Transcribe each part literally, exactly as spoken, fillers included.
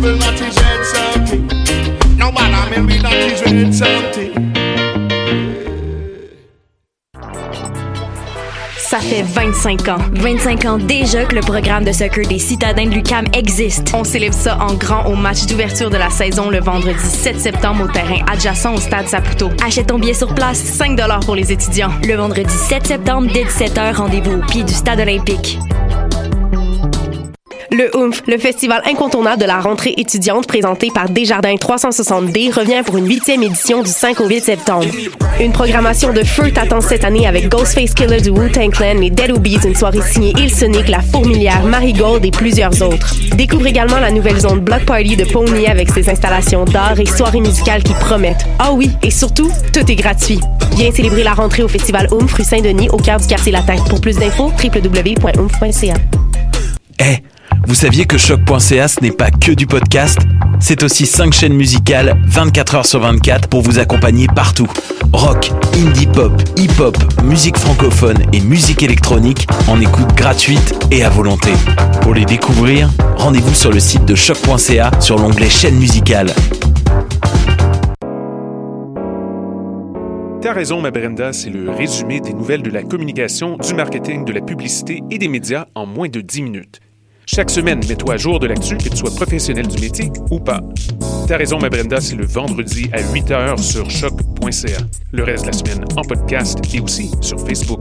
will not dread something. No matter me will not dread something. Ça fait vingt-cinq ans. vingt-cinq ans déjà que le programme de soccer des Citadins de l'U Q A M existe. On célèbre ça en grand au match d'ouverture de la saison le vendredi sept septembre au terrain adjacent au stade Saputo. Achète ton billet sur place, cinq dollars pour les étudiants. Le vendredi sept septembre dès dix-sept heures, rendez-vous au pied du stade olympique. Le Oomph, le festival incontournable de la rentrée étudiante présenté par Desjardins trois cent soixante D, revient pour une huitième édition du cinq au huit septembre. Une programmation de feu t'attend cette année avec Ghostface Killah du Wu-Tang Clan, les Dead Obies, une soirée signée Il Sonic, La Fourmilière, Marigold et plusieurs autres. Découvre également la nouvelle zone Block Party de Pony avec ses installations d'art et soirées musicales qui promettent. Ah oui, et surtout, tout est gratuit. Viens célébrer la rentrée au festival Oomph, rue Saint-Denis, au cœur du quartier latin. Pour plus d'infos, w w w point oomph point c a. Hey, vous saviez que choc point c a ce n'est pas que du podcast? C'est aussi cinq chaînes musicales vingt-quatre heures sur vingt-quatre pour vous accompagner partout. Rock, indie pop, hip-hop, musique francophone et musique électronique en écoute gratuite et à volonté. Pour les découvrir, rendez-vous sur le site de choc point c a sur l'onglet chaîne musicale. T'as raison, ma Brenda, c'est le résumé des nouvelles de la communication, du marketing, de la publicité et des médias en moins de dix minutes. Chaque semaine, mets-toi à jour de l'actu, que tu sois professionnel du métier ou pas. T'as raison, ma Brenda, c'est le vendredi à huit heures sur choc point c a. Le reste de la semaine en podcast et aussi sur Facebook.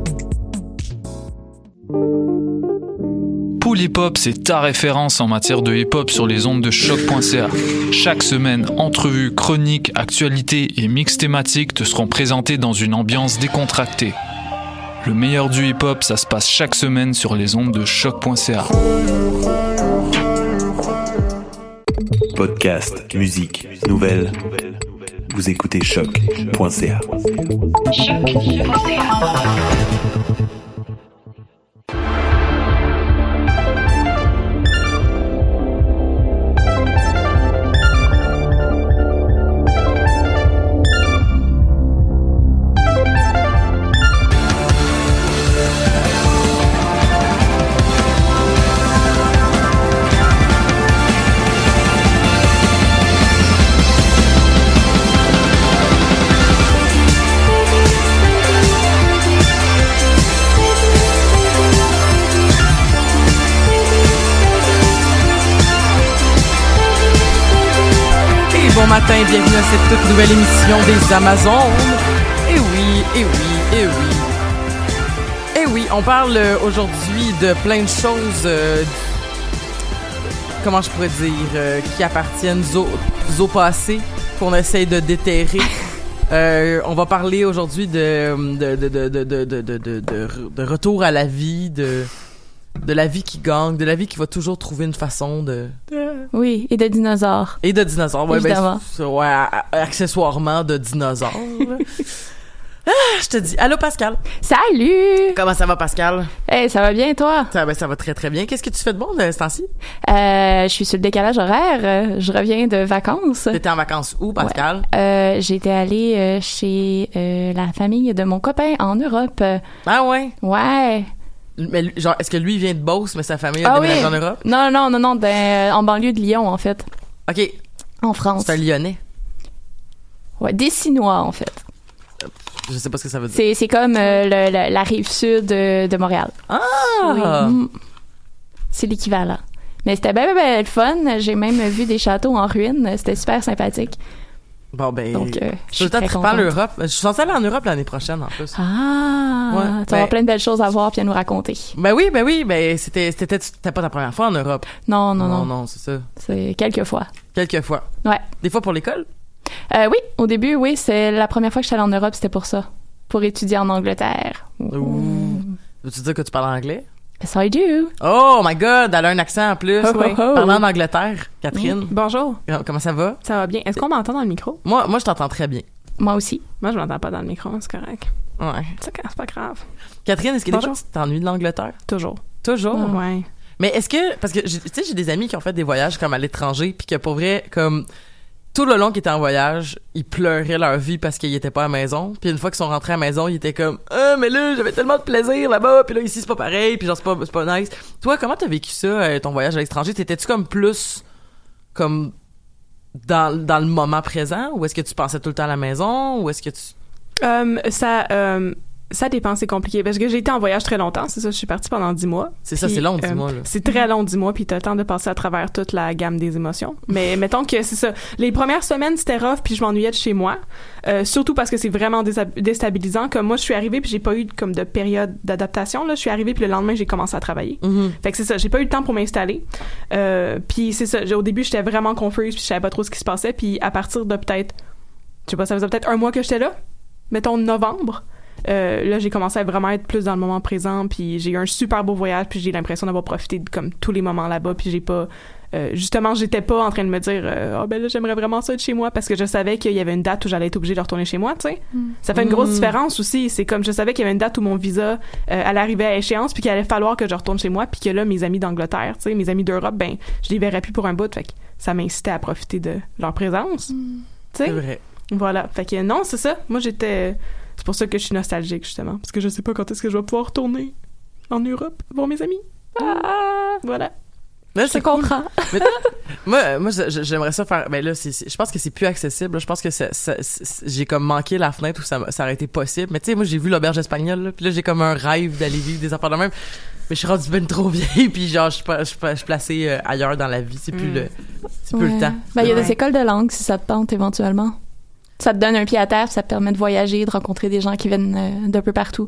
Pool Hip Hop, c'est ta référence en matière de hip-hop sur les ondes de choc point c a. Chaque semaine, entrevues, chroniques, actualités et mix thématiques te seront présentés dans une ambiance décontractée. Le meilleur du hip-hop, ça se passe chaque semaine sur les ondes de choc point c a. Podcast, musique, nouvelles. Vous écoutez choc point c a. choc point c a. Bon matin, bienvenue à cette toute nouvelle émission des Amazones. Eh oui, eh oui, eh oui. Eh oui, on parle aujourd'hui de plein de choses, euh, comment je pourrais dire, euh, qui appartiennent au, au passé, qu'on essaye de déterrer. Euh, on va parler aujourd'hui de de, de, de, de, de, de, de, de, de retour à la vie, de... de la vie qui gagne, de la vie qui va toujours trouver une façon de... Oui, et de dinosaures. Et de dinosaures, ouais, évidemment. Ben, ouais, accessoirement de dinosaures. Ah, je te dis, allô Pascal. Salut! Comment ça va Pascal? Hey, ça va bien toi? Ça, ben, ça va très très bien. Qu'est-ce que tu fais de bon de ce temps-ci? Euh, je suis sur le décalage horaire. Je reviens de vacances. T'étais en vacances où Pascal? Ouais. Euh, j'étais allée euh, chez euh, la famille de mon copain en Europe. Ah ouais? Ouais. Mais genre, est-ce que lui vient de Beauce, mais sa famille a ah déménagé oui. en Europe? Non, non, non, non, ben, en banlieue de Lyon, en fait. OK. En France. C'est un Lyonnais? Ouais, des Sinois, en fait. Je sais pas ce que ça veut dire. C'est, c'est comme euh, le, le, la rive sud de, de Montréal. Ah! Oui. C'est l'équivalent. Mais c'était bien, bien, bien le fun. J'ai même vu des châteaux en ruine. C'était super sympathique. Bon, ben. Donc, euh, je suis tout le très temps contente. l'Europe. Je suis censée aller en Europe l'année prochaine, en plus. Ah! Ouais, tu vas ben, avoir plein de belles choses à voir puis à nous raconter. Ben oui, ben oui. Ben, c'était, c'était, c'était pas ta première fois en Europe. Non, non, non. Non, non, c'est ça. C'est quelques fois. Quelques fois. Ouais. Des fois pour l'école? Euh, oui, au début, oui. C'est la première fois que je suis allée en Europe, c'était pour ça. Pour étudier en Angleterre. Ouh. Veux-tu dire que tu parles anglais? Yes, I do. Oh my God, elle a un accent en plus. Oh, oh, oh. Parlant en Angleterre, Catherine. Mmh. Bonjour. Comment ça va? Ça va bien. Est-ce qu'on m'entend dans le micro? Moi, moi, je t'entends très bien. Moi aussi. Moi, je m'entends pas dans le micro, c'est correct. Ouais. C'est, c'est pas grave. Catherine, est-ce qu'il y a des Bonjour. choses qui t'ennuient de l'Angleterre? Toujours. Toujours? Oh, ouais. Mais est-ce que... Parce que, tu sais, j'ai des amis qui ont fait des voyages comme à l'étranger, puis que pour vrai, comme... Tout le long qu'ils étaient en voyage, ils pleuraient leur vie parce qu'ils étaient pas à la maison. Puis une fois qu'ils sont rentrés à la maison, ils étaient comme « Ah, mais là, j'avais tellement de plaisir là-bas, puis là, ici, c'est pas pareil, puis genre, c'est pas, c'est pas nice. » Toi, comment t'as vécu ça, euh, ton voyage à l'étranger? T'étais-tu comme plus comme dans, dans le moment présent, ou est-ce que tu pensais tout le temps à la maison, ou est-ce que tu... Um, ça, um, ça dépend, c'est compliqué. Parce que j'ai été en voyage très longtemps, c'est ça, je suis partie pendant dix mois. C'est ça, Puis, c'est long, dix euh, mois, là. C'est très long, dix mois, puis t'as le temps de passer à travers toute la gamme des émotions. Mais mettons que c'est ça. Les premières semaines, c'était rough, puis je m'ennuyais de chez moi. Euh, surtout parce que c'est vraiment désa- déstabilisant. Comme moi, je suis arrivée, puis j'ai pas eu comme de période d'adaptation, là. Je suis arrivée, puis le lendemain, j'ai commencé à travailler. Mm-hmm. Fait que c'est ça, j'ai pas eu le temps pour m'installer. Euh, puis c'est ça, j'ai- au début, j'étais vraiment confuse, puis je savais pas trop ce qui se passait. Puis à partir de peut-être, je sais pas, ça faisait peut-être un mois que j'étais là. Mettons novembre. Euh, là, j'ai commencé à vraiment être plus dans le moment présent, puis j'ai eu un super beau voyage, puis j'ai l'impression d'avoir profité de comme tous les moments là-bas, puis j'ai pas... Euh, justement, j'étais pas en train de me dire euh, « Ah, ben là, j'aimerais vraiment ça être chez moi », parce que je savais qu'il y avait une date où j'allais être obligée de retourner chez moi, tu sais. Mm. Ça fait une grosse Mm. différence aussi. C'est comme, je savais qu'il y avait une date où mon visa euh, allait arriver à échéance, puis qu'il allait falloir que je retourne chez moi, puis que là, mes amis d'Angleterre, tu sais, mes amis d'Europe, ben, je les verrais plus pour un bout, fait que ça m'incitait à profiter de leur présence, Mm. tu sais. C'est vrai. Voilà. Fait que non, c'est ça. Moi, j'étais... C'est pour ça que je suis nostalgique, justement. Parce que je sais pas quand est-ce que je vais pouvoir retourner en Europe voir mes amis. Ah! Voilà. Là, Je comprends. Mais, moi, moi, je- j'aimerais ça faire. Ben là, c'est, c'est- je pense que c'est plus accessible. Là. Je pense que ça, ça- c'est- j'ai comme manqué la fenêtre où ça, m'a- ça aurait été possible. Mais tu sais, moi, j'ai vu l'auberge espagnole. Là, puis là, j'ai comme un rêve d'aller vivre des affaires de même. Mais je suis rendue ben trop vieille. Puis genre, je suis pas- je suis pas- je suis placée euh, ailleurs dans la vie. C'est plus Mm. le, c'est plus Ouais. le temps. Ben, il y a Ouais. des écoles de langue si ça te tente éventuellement. Ça te donne un pied à terre, puis ça te permet de voyager, de rencontrer des gens qui viennent euh, d'un peu partout.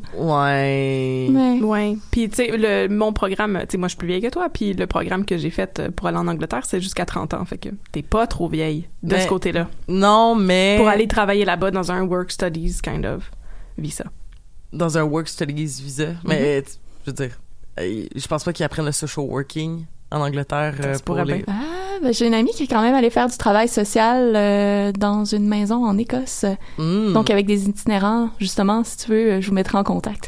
Ouais. Ouais. Ouais. Puis, tu sais, le, mon programme, tu sais, moi, je suis plus vieille que toi, puis le programme que j'ai fait euh, pour aller en Angleterre, c'est jusqu'à trente ans. Fait que t'es pas trop vieille de Mais- ce côté-là. Non, mais Pour aller travailler là-bas dans un work studies kind of visa. dans un work studies visa. Mm-hmm. Mais tu- je veux dire, euh, je pense pas qu'ils apprennent le social working en Angleterre. Ça euh, se pour pourrait les... bien. Ah, ben, j'ai une amie qui est quand même allée faire du travail social euh, dans une maison en Écosse. Mm. Donc, avec des itinérants, justement, si tu veux, je vous mettrai en contact.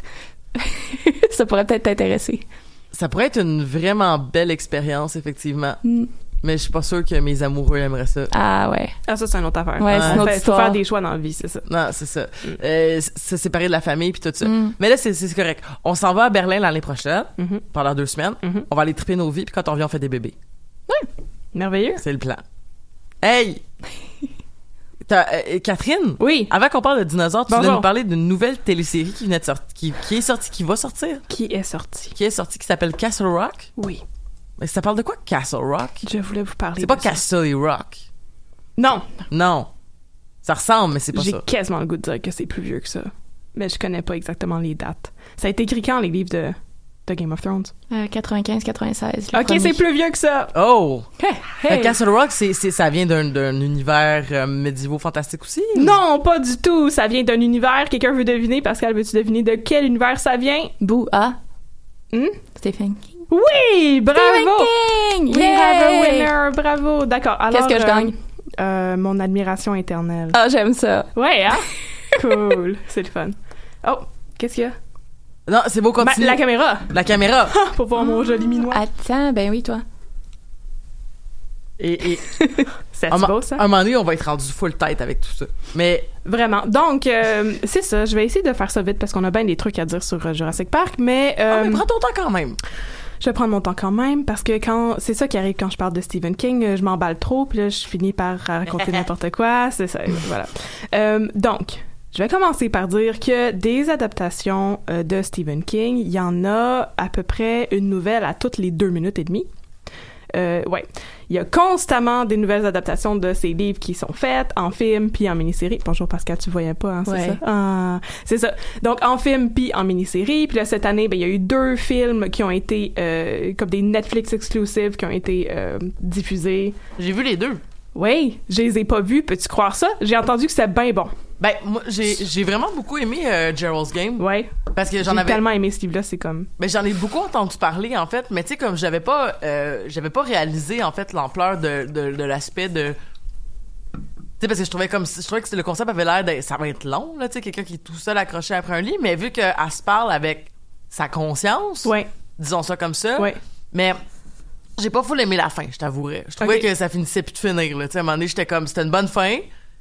Ça pourrait peut-être t'intéresser. Ça pourrait être une vraiment belle expérience, effectivement. Mm. Mais je suis pas sûre que mes amoureux aimeraient ça. Ah ouais. Ah, ça, c'est une autre affaire. Ouais, c'est On une autre fait- faut histoire. faire des choix dans la vie, c'est ça. Non, c'est ça. Euh, se séparer de la famille puis tout ça. Mm. Mais là, c'est, c'est correct. On s'en va à Berlin l'année prochaine, Mhm. pendant deux semaines. Mhm. On va aller triper nos vies, puis quand on revient, on fait des bébés. Merveilleux. C'est le plan. Hey! T'as, euh, Catherine? Oui. Avant qu'on parle de dinosaures, tu voulais Bonjour. nous parler d'une nouvelle télésérie qui venait de sortir, qui, qui est sortie, qui va sortir, Qui est sorti? qui est sortie, qui s'appelle Castle Rock. Oui. Mais ça parle de quoi, Castle Rock? Je voulais vous parler C'est pas de ça. Castle Rock. Non. Non. Ça ressemble, mais c'est pas J'ai ça. quasiment le goût de dire que c'est plus vieux que ça. Mais je connais pas exactement les dates. Ça a été écrit quand, les livres de, de Game of Thrones? Euh, quatre-vingt-quinze quatre-vingt-seize. le Ok, premier. c'est plus vieux que ça! Oh! Hey! Euh, Castle Rock, c'est, c'est, ça vient d'un, d'un univers euh, médiévaux fantastique aussi? Non, pas du tout! Ça vient d'un univers. Quelqu'un veut deviner? Pascal, veux-tu deviner de quel univers ça vient? Boo, ah. Hmm? Stephen King. Oui! Bravo! Stephen King! We have a Yay! winner! Bravo! D'accord. Alors, Qu'est-ce que je euh, gagne? euh, mon admiration éternelle. Ah, j'aime ça. Ouais, hein? Cool. C'est le fun. Oh, qu'est-ce qu'il y a? Non, c'est beau, Ma- continue. la caméra! La caméra! Pour voir mon joli minois. Attends, ben oui, toi. Et, et C'est un, mo- beau, ça? un moment donné, on va être rendu full tête avec tout ça. Mais Vraiment. Donc, euh, c'est ça. Je vais essayer de faire ça vite parce qu'on a bien des trucs à dire sur euh, Jurassic Park, mais... Ah, euh, mais prends ton temps quand même. Je vais prendre mon temps quand même parce que quand c'est ça qui arrive quand je parle de Stephen King, euh, je m'emballe trop puis là je finis par raconter n'importe quoi, c'est ça, voilà. Euh, donc, je vais commencer par dire que des adaptations euh, de Stephen King, il y en a à peu près une nouvelle à toutes les deux minutes et demie. Euh, ouais. Il y a constamment des nouvelles adaptations de ces livres qui sont faites en film puis en mini-série. Bonjour Pascal, tu voyais pas, hein, c'est Ouais. ça? Ah, c'est ça. Donc, en film puis en mini-série. Puis là, cette année, ben, il y a eu deux films qui ont été euh, comme des Netflix exclusives qui ont été euh, diffusés. J'ai vu les deux. Oui, je les ai pas vus. Peux-tu croire ça? J'ai entendu que c'était bien bon. Ben, moi, j'ai, j'ai vraiment beaucoup aimé euh, Gerald's Game. Ouais. Parce que j'en J'ai avais... tellement aimé ce livre-là, c'est comme... Ben, j'en ai beaucoup entendu parler, en fait. Mais tu sais, comme j'avais pas... Euh, j'avais pas réalisé, en fait, l'ampleur de, de, de l'aspect de... Tu sais, parce que je trouvais comme... Je trouvais que le concept avait l'air de... Ça va être long, là, tu sais, quelqu'un qui est tout seul accroché après un lit. Mais vu qu'elle se parle avec sa conscience... Ouais. Disons ça comme ça. Ouais. Mais... J'ai pas full aimé la fin, je t'avouerais. Je trouvais Ok. que ça finissait plus de finir, là. Tu sais, à un moment donné, j'étais comme... C'était une bonne fin,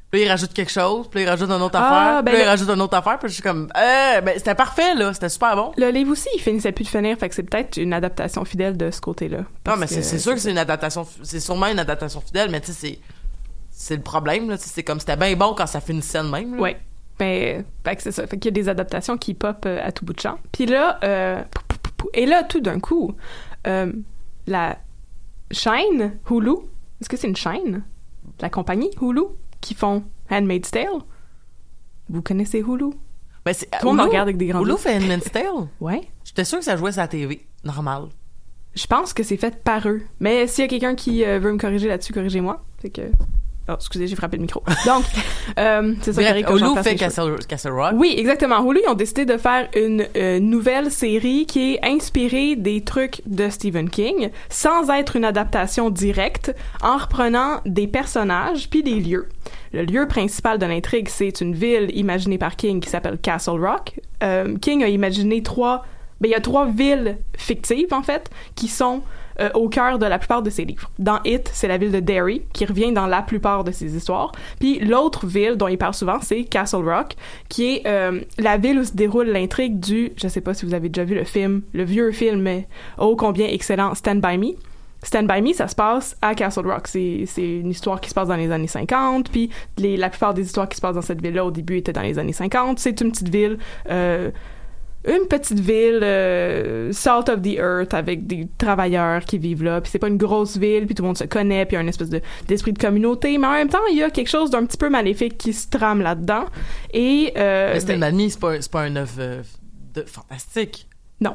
Puis il rajoute quelque chose, puis il rajoute une autre Ah, affaire, ben puis il le- rajoute une autre affaire, puis je suis comme, euh, ben c'était parfait, là, c'était super bon. Le livre aussi, il finissait plus de finir, fait que c'est peut-être une adaptation fidèle de ce côté-là. Non, Parce mais c'est que- c'est sûr que c'est une adaptation, c'est sûrement une adaptation fidèle, mais tu sais, c'est, c'est le problème, là, tu sais, c'est comme, c'était bien bon quand ça finissait de même, là. Ouais. Ben, fait que c'est ça. Fait qu'il y a des adaptations qui pop euh, à tout bout de champ. Puis là, euh, pou, pou, pou, pou. et là, tout d'un coup, euh, la chaîne Hulu, est-ce que c'est une chaîne? La compagnie Hulu, qui font Handmaid's Tale. Vous connaissez Hulu? Ben, c'est, Tout le monde Hulu- regarde avec des grands Hulu yeux. fait Handmaid's Tale? Ouais. J'étais sûr que ça jouait sur la T V, normal. Je pense que c'est fait par eux. Mais s'il y a quelqu'un qui euh, veut me corriger là-dessus, corrigez-moi. C'est que... Oh, excusez, j'ai frappé le micro. Donc, euh, c'est ça qui arrive Bref, quand j'en Hulu place fait les cheveux. Castle, Castle Rock. Oui, exactement. Hulu, ils ont décidé de faire une euh, nouvelle série qui est inspirée des trucs de Stephen King, sans être une adaptation directe, en reprenant des personnages puis des lieux. Le lieu principal de l'intrigue, c'est une ville imaginée par King qui s'appelle Castle Rock. Euh, King a imaginé trois... Ben, il y a trois villes fictives, en fait, qui sont euh, au cœur de la plupart de ses livres. Dans It, c'est la ville de Derry, qui revient dans la plupart de ses histoires. Puis l'autre ville dont il parle souvent, c'est Castle Rock, qui est euh, la ville où se déroule l'intrigue du... Je sais pas si vous avez déjà vu le film, le vieux film, mais ô combien excellent, Stand By Me. Stand By Me, ça se passe à Castle Rock. C'est, c'est une histoire qui se passe dans les années cinquante, puis les, la plupart des histoires qui se passent dans cette ville-là, au début, étaient dans les années cinquante. C'est une petite ville... Euh, une petite ville euh, salt of the earth avec des travailleurs qui vivent là, puis c'est pas une grosse ville, puis tout le monde se connaît, puis il y a une espèce de, d'esprit de communauté, mais en même temps il y a quelque chose d'un petit peu maléfique qui se trame là-dedans. Et euh, Mais Stand ben, By Me, c'est pas, c'est pas un œuvre euh, de fantastique. non,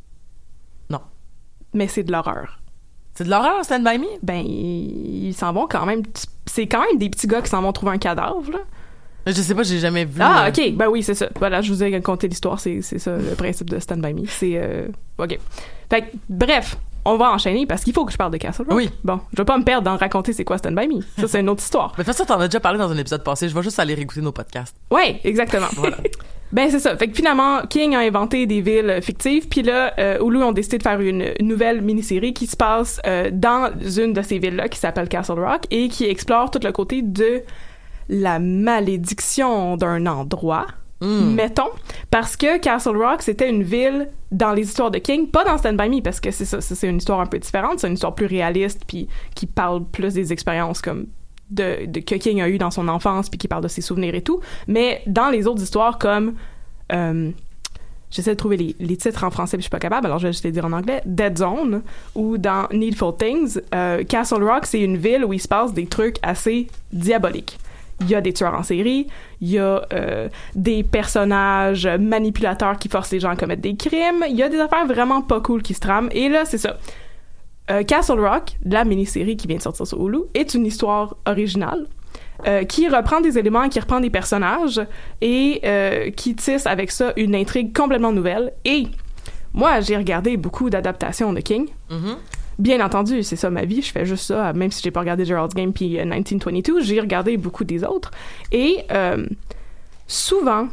Non. mais c'est de l'horreur. C'est de l'horreur, Stand By Me? Ben ils, ils s'en vont quand même. C'est quand même des petits gars qui s'en vont trouver un cadavre là. Je sais pas, j'ai jamais vu. Ah, euh, ok, ben oui, c'est ça. Voilà, je vous ai conté l'histoire, c'est, c'est ça le principe de Stand By Me. C'est. Euh, ok. Fait que, bref, on va enchaîner parce qu'il faut que je parle de Castle Rock. Oui. Bon, je vais pas me perdre dans raconter c'est quoi Stand By Me. Ça, c'est une autre histoire. Mais de toute façon, t'en as déjà parlé dans un épisode passé. Je vais juste aller réécouter nos podcasts. Ouais, exactement. Voilà. Ben, c'est ça. Fait que finalement, King a inventé des villes fictives, puis là, euh, Hulu ont décidé de faire une, une nouvelle mini-série qui se passe euh, dans une de ces villes-là qui s'appelle Castle Rock et qui explore tout le côté de la malédiction d'un endroit, mm. mettons, parce que Castle Rock, c'était une ville dans les histoires de King, pas dans Stand By Me, parce que c'est ça, c'est une histoire un peu différente, c'est une histoire plus réaliste, puis qui parle plus des expériences comme de, de que King a eu dans son enfance, puis qui parle de ses souvenirs et tout, mais dans les autres histoires comme... Euh, j'essaie de trouver les, les titres en français, puis je suis pas capable, alors je vais juste les dire en anglais. Dead Zone, ou dans Needful Things, euh, Castle Rock, c'est une ville où il se passe des trucs assez diaboliques. Il y a des tueurs en série, il y a euh, des personnages manipulateurs qui forcent les gens à commettre des crimes, il y a des affaires vraiment pas cool qui se trament, et là, c'est ça. Euh, Castle Rock, la mini-série qui vient de sortir sur Hulu, est une histoire originale euh, qui reprend des éléments, qui reprend des personnages, et euh, qui tisse avec ça une intrigue complètement nouvelle. Et moi, j'ai regardé beaucoup d'adaptations de King. Mm-hmm. Bien entendu, c'est ça ma vie, je fais juste ça, même si j'ai pas regardé Gerald's Game puis euh, dix-neuf vingt-deux, j'ai regardé beaucoup des autres. Et euh, souvent,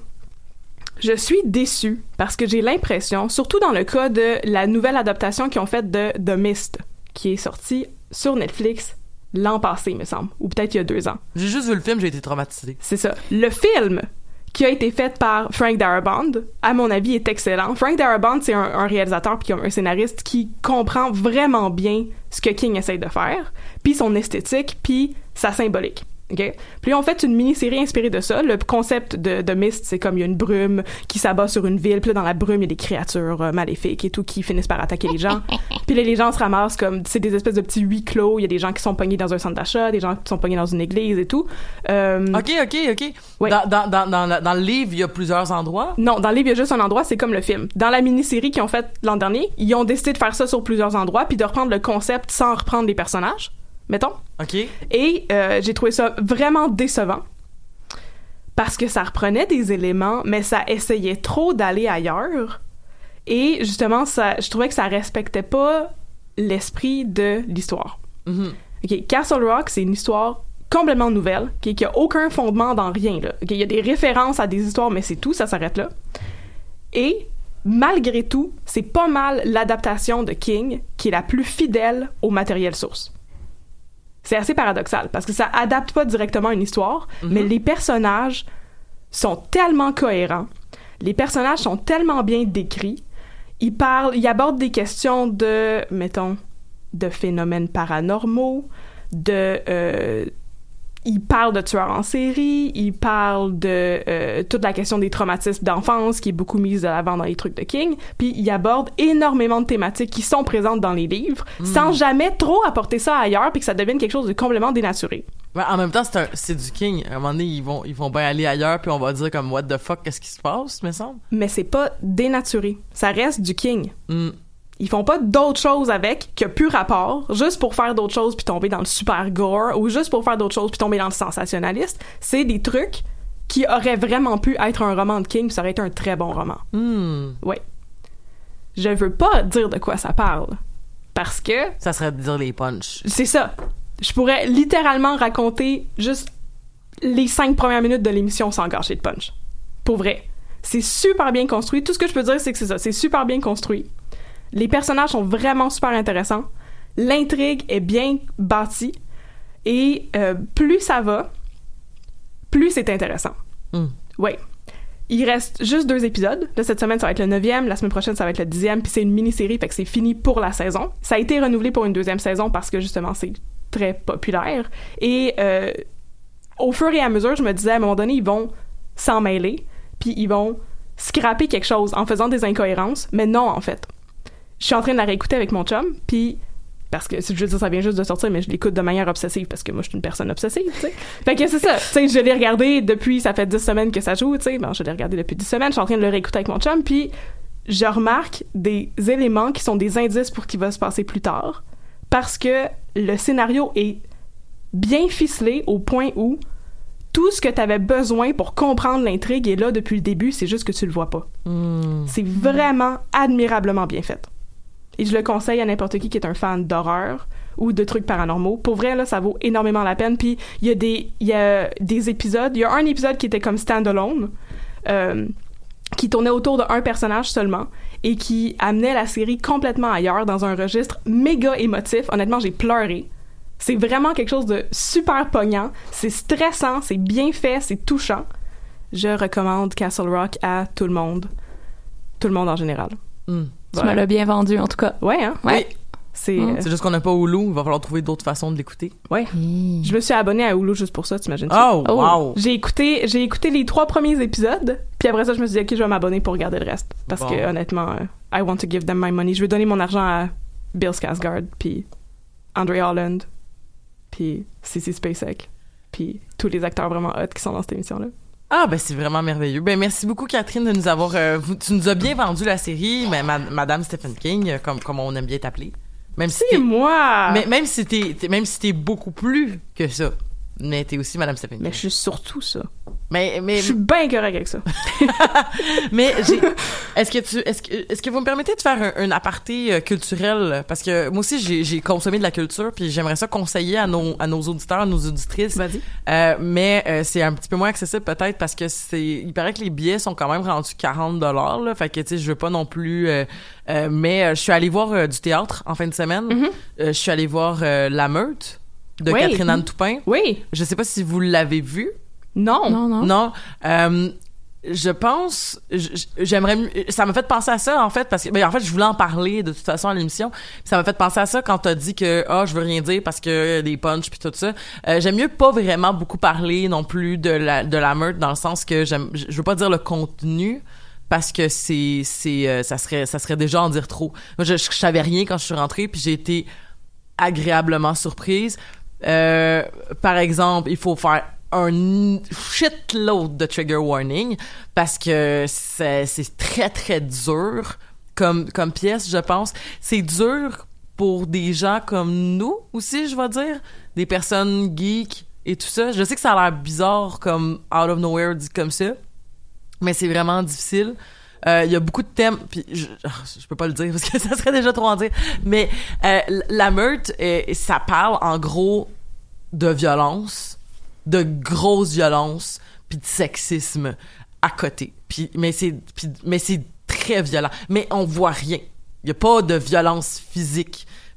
je suis déçue parce que j'ai l'impression, surtout dans le cas de la nouvelle adaptation qu'ils ont faite de The Mist, qui est sortie sur Netflix l'an passé, me semble, ou peut-être il y a deux ans. J'ai juste vu le film, j'ai été traumatisée. C'est ça. Le film qui a été fait par Frank Darabont, à mon avis, est excellent. Frank Darabont, c'est un, un réalisateur puis un scénariste qui comprend vraiment bien ce que King essaye de faire, puis son esthétique, puis sa symbolique. Okay? Puis on fait une mini-série inspirée de ça. Le concept de, de Mist, c'est comme il y a une brume qui s'abat sur une ville, puis là, dans la brume, il y a des créatures euh, maléfiques et tout qui finissent par attaquer les gens. Puis là, les gens se ramassent comme... C'est des espèces de petits huis clos. Il y a des gens qui sont pognés dans un centre d'achat, des gens qui sont pognés dans une église et tout. Euh, OK, OK, OK. Ouais. Dans, dans, dans, dans, la- dans le livre, il y a plusieurs endroits? Non, dans le livre, il y a juste un endroit, c'est comme le film. Dans la mini-série qu'ils ont faite l'an dernier, ils ont décidé de faire ça sur plusieurs endroits, puis de reprendre le concept sans reprendre les personnages, mettons. OK. Et euh, j'ai trouvé ça vraiment décevant parce que ça reprenait des éléments, mais ça essayait trop d'aller ailleurs. Et justement, ça, je trouvais que ça respectait pas l'esprit de l'histoire. Mm-hmm. OK, Castle Rock, c'est une histoire complètement nouvelle, okay, qui a aucun fondement dans rien. Là. Okay, il y a des références à des histoires, mais c'est tout, ça s'arrête là. Et malgré tout, c'est pas mal l'adaptation de King qui est la plus fidèle au matériel source. C'est assez paradoxal parce que ça adapte pas directement une histoire, mm-hmm. mais les personnages sont tellement cohérents. Les personnages sont tellement bien décrits. Ils parlent, ils abordent des questions de, mettons, de phénomènes paranormaux, de... Euh, ils parlent de tueurs en série, ils parlent de euh, toute la question des traumatismes d'enfance qui est beaucoup mise de l'avant dans les trucs de King, puis ils abordent énormément de thématiques qui sont présentes dans les livres, mm. sans jamais trop apporter ça ailleurs puis que ça devienne quelque chose de complètement dénaturé. Ouais, en même temps, c'est, un, c'est du King. À un moment donné, ils vont, ils vont bien aller ailleurs puis on va dire comme « What the fuck, qu'est-ce qui se passe, me semble? » Mais c'est pas dénaturé. Ça reste du King. Mm. Ils font pas d'autres choses avec que plus rapport, juste pour faire d'autres choses puis tomber dans le super gore ou juste pour faire d'autres choses puis tomber dans le sensationnaliste. C'est des trucs qui auraient vraiment pu être un roman de King puis ça aurait été un très bon roman. Mm. Oui. Je veux pas dire de quoi ça parle parce que... Ça serait de dire les punchs. C'est ça. Je pourrais littéralement raconter juste les cinq premières minutes de l'émission sans gâcher de punch. Pour vrai. C'est super bien construit. Tout ce que je peux dire, c'est que c'est ça. C'est super bien construit. Les personnages sont vraiment super intéressants. L'intrigue est bien bâtie. Et euh, plus ça va, plus c'est intéressant. Mm. Oui. Il reste juste deux épisodes. Là, cette semaine, ça va être le neuvième. La semaine prochaine, ça va être le dixième. Puis c'est une mini-série, fait que c'est fini pour la saison. Ça a été renouvelé pour une deuxième saison parce que, justement, c'est très populaire. Et euh, au fur et à mesure, je me disais, à un moment donné, ils vont s'en mêler. Puis ils vont scraper quelque chose en faisant des incohérences. Mais non, en fait. Je suis en train de la réécouter avec mon chum, puis parce que je veux dire ça vient juste de sortir, mais je l'écoute de manière obsessive parce que moi je suis une personne obsessive, tu sais. Fait que c'est ça, tu sais, je l'ai regardé depuis, ça fait dix semaines que ça joue, tu sais, bon, je l'ai regardé depuis dix semaines, je suis en train de le réécouter avec mon chum, puis je remarque des éléments qui sont des indices pour ce qui va se passer plus tard, parce que le scénario est bien ficelé au point où tout ce que t'avais besoin pour comprendre l'intrigue est là depuis le début, c'est juste que tu le vois pas. Mm. C'est vraiment admirablement bien fait. Et je le conseille à n'importe qui qui est un fan d'horreur ou de trucs paranormaux. Pour vrai, là, ça vaut énormément la peine. Puis il y a des, il y a des épisodes. Il y a un épisode qui était comme stand-alone, euh, qui tournait autour d'un personnage seulement et qui amenait la série complètement ailleurs dans un registre méga émotif. Honnêtement, j'ai pleuré. C'est vraiment quelque chose de super pognant. C'est stressant, c'est bien fait, c'est touchant. Je recommande Castle Rock à tout le monde. Tout le monde en général. Mm. Tu voilà. me l'as bien vendu, en tout cas. Ouais, hein? Ouais. Oui. C'est, mm. euh... c'est juste qu'on n'a pas Hulu. Il va falloir trouver d'autres façons de l'écouter. Ouais. Mm. Je me suis abonnée à Hulu juste pour ça, t'imagines? Oh, oh, wow! J'ai écouté, j'ai écouté les trois premiers épisodes, puis après ça, je me suis dit, OK, je vais m'abonner pour regarder le reste. Parce bon. que, honnêtement, uh, I want to give them my money. Je veux donner mon argent à Bill Skarsgård, puis Andre Holland, puis Cissy Spacek, puis tous les acteurs vraiment hot qui sont dans cette émission-là. Ah, ben c'est vraiment merveilleux. Ben merci beaucoup, Catherine, de nous avoir... Euh, vous, tu nous as bien vendu la série, mais ma, Madame Stephen King, comme, comme on aime bien t'appeler. Même si c'est moi! Mais, même si t'es, t'es, même si t'es beaucoup plus que ça. Mais t'es aussi Madame Stephen King. Mais je suis surtout ça. Mais, mais... Je suis bien correct avec ça. mais j'ai... Est-ce que tu... Est-ce que, est-ce que vous me permettez de faire un, un aparté euh, culturel? Parce que moi aussi, j'ai, j'ai consommé de la culture, puis j'aimerais ça conseiller à nos, à nos auditeurs, à nos auditrices. Vas-y. Euh, mais euh, c'est un petit peu moins accessible peut-être parce que c'est... Il paraît que les billets sont quand même rendus quarante dollars, là. Fait que, tu sais, je veux pas non plus... Euh, euh, mais euh, je suis allée voir euh, du théâtre en fin de semaine. Mm-hmm. Euh, je suis allée voir euh, La Meute de oui. Catherine Anne Toupin. Oui. Je sais pas si vous l'avez vu. Non. Non, non. Non. Euh, je pense... J'aimerais... Ça m'a fait penser à ça, en fait, parce que... Ben, en fait, je voulais en parler, de toute façon, à l'émission. Ça m'a fait penser à ça quand t'as dit que, ah, oh, je veux rien dire parce que des punchs puis tout ça. Euh, j'aime mieux pas vraiment beaucoup parler non plus de la, de la meute, dans le sens que j'aime... Je veux pas dire le contenu, parce que c'est... c'est euh, ça serait ça serait déjà en dire trop. Moi, je, je savais rien quand je suis rentrée, puis j'ai été agréablement surprise. Euh, par exemple, il faut faire un shitload de trigger warning parce que c'est, c'est très très dur comme comme pièce, je pense. C'est dur pour des gens comme nous aussi, je vais dire, des personnes geeks et tout ça. Je sais que ça a l'air bizarre comme out of nowhere dit comme ça, mais c'est vraiment difficile. Il euh, y a beaucoup de thèmes, puis je, je peux pas le dire parce que ça serait déjà trop en dire, mais euh, La Meute, euh, ça parle en gros de violence, de grosse violence, puis de sexisme à côté. Puis mais c'est puis, mais c'est très violent, mais on voit rien. Il y a pas de violence physique.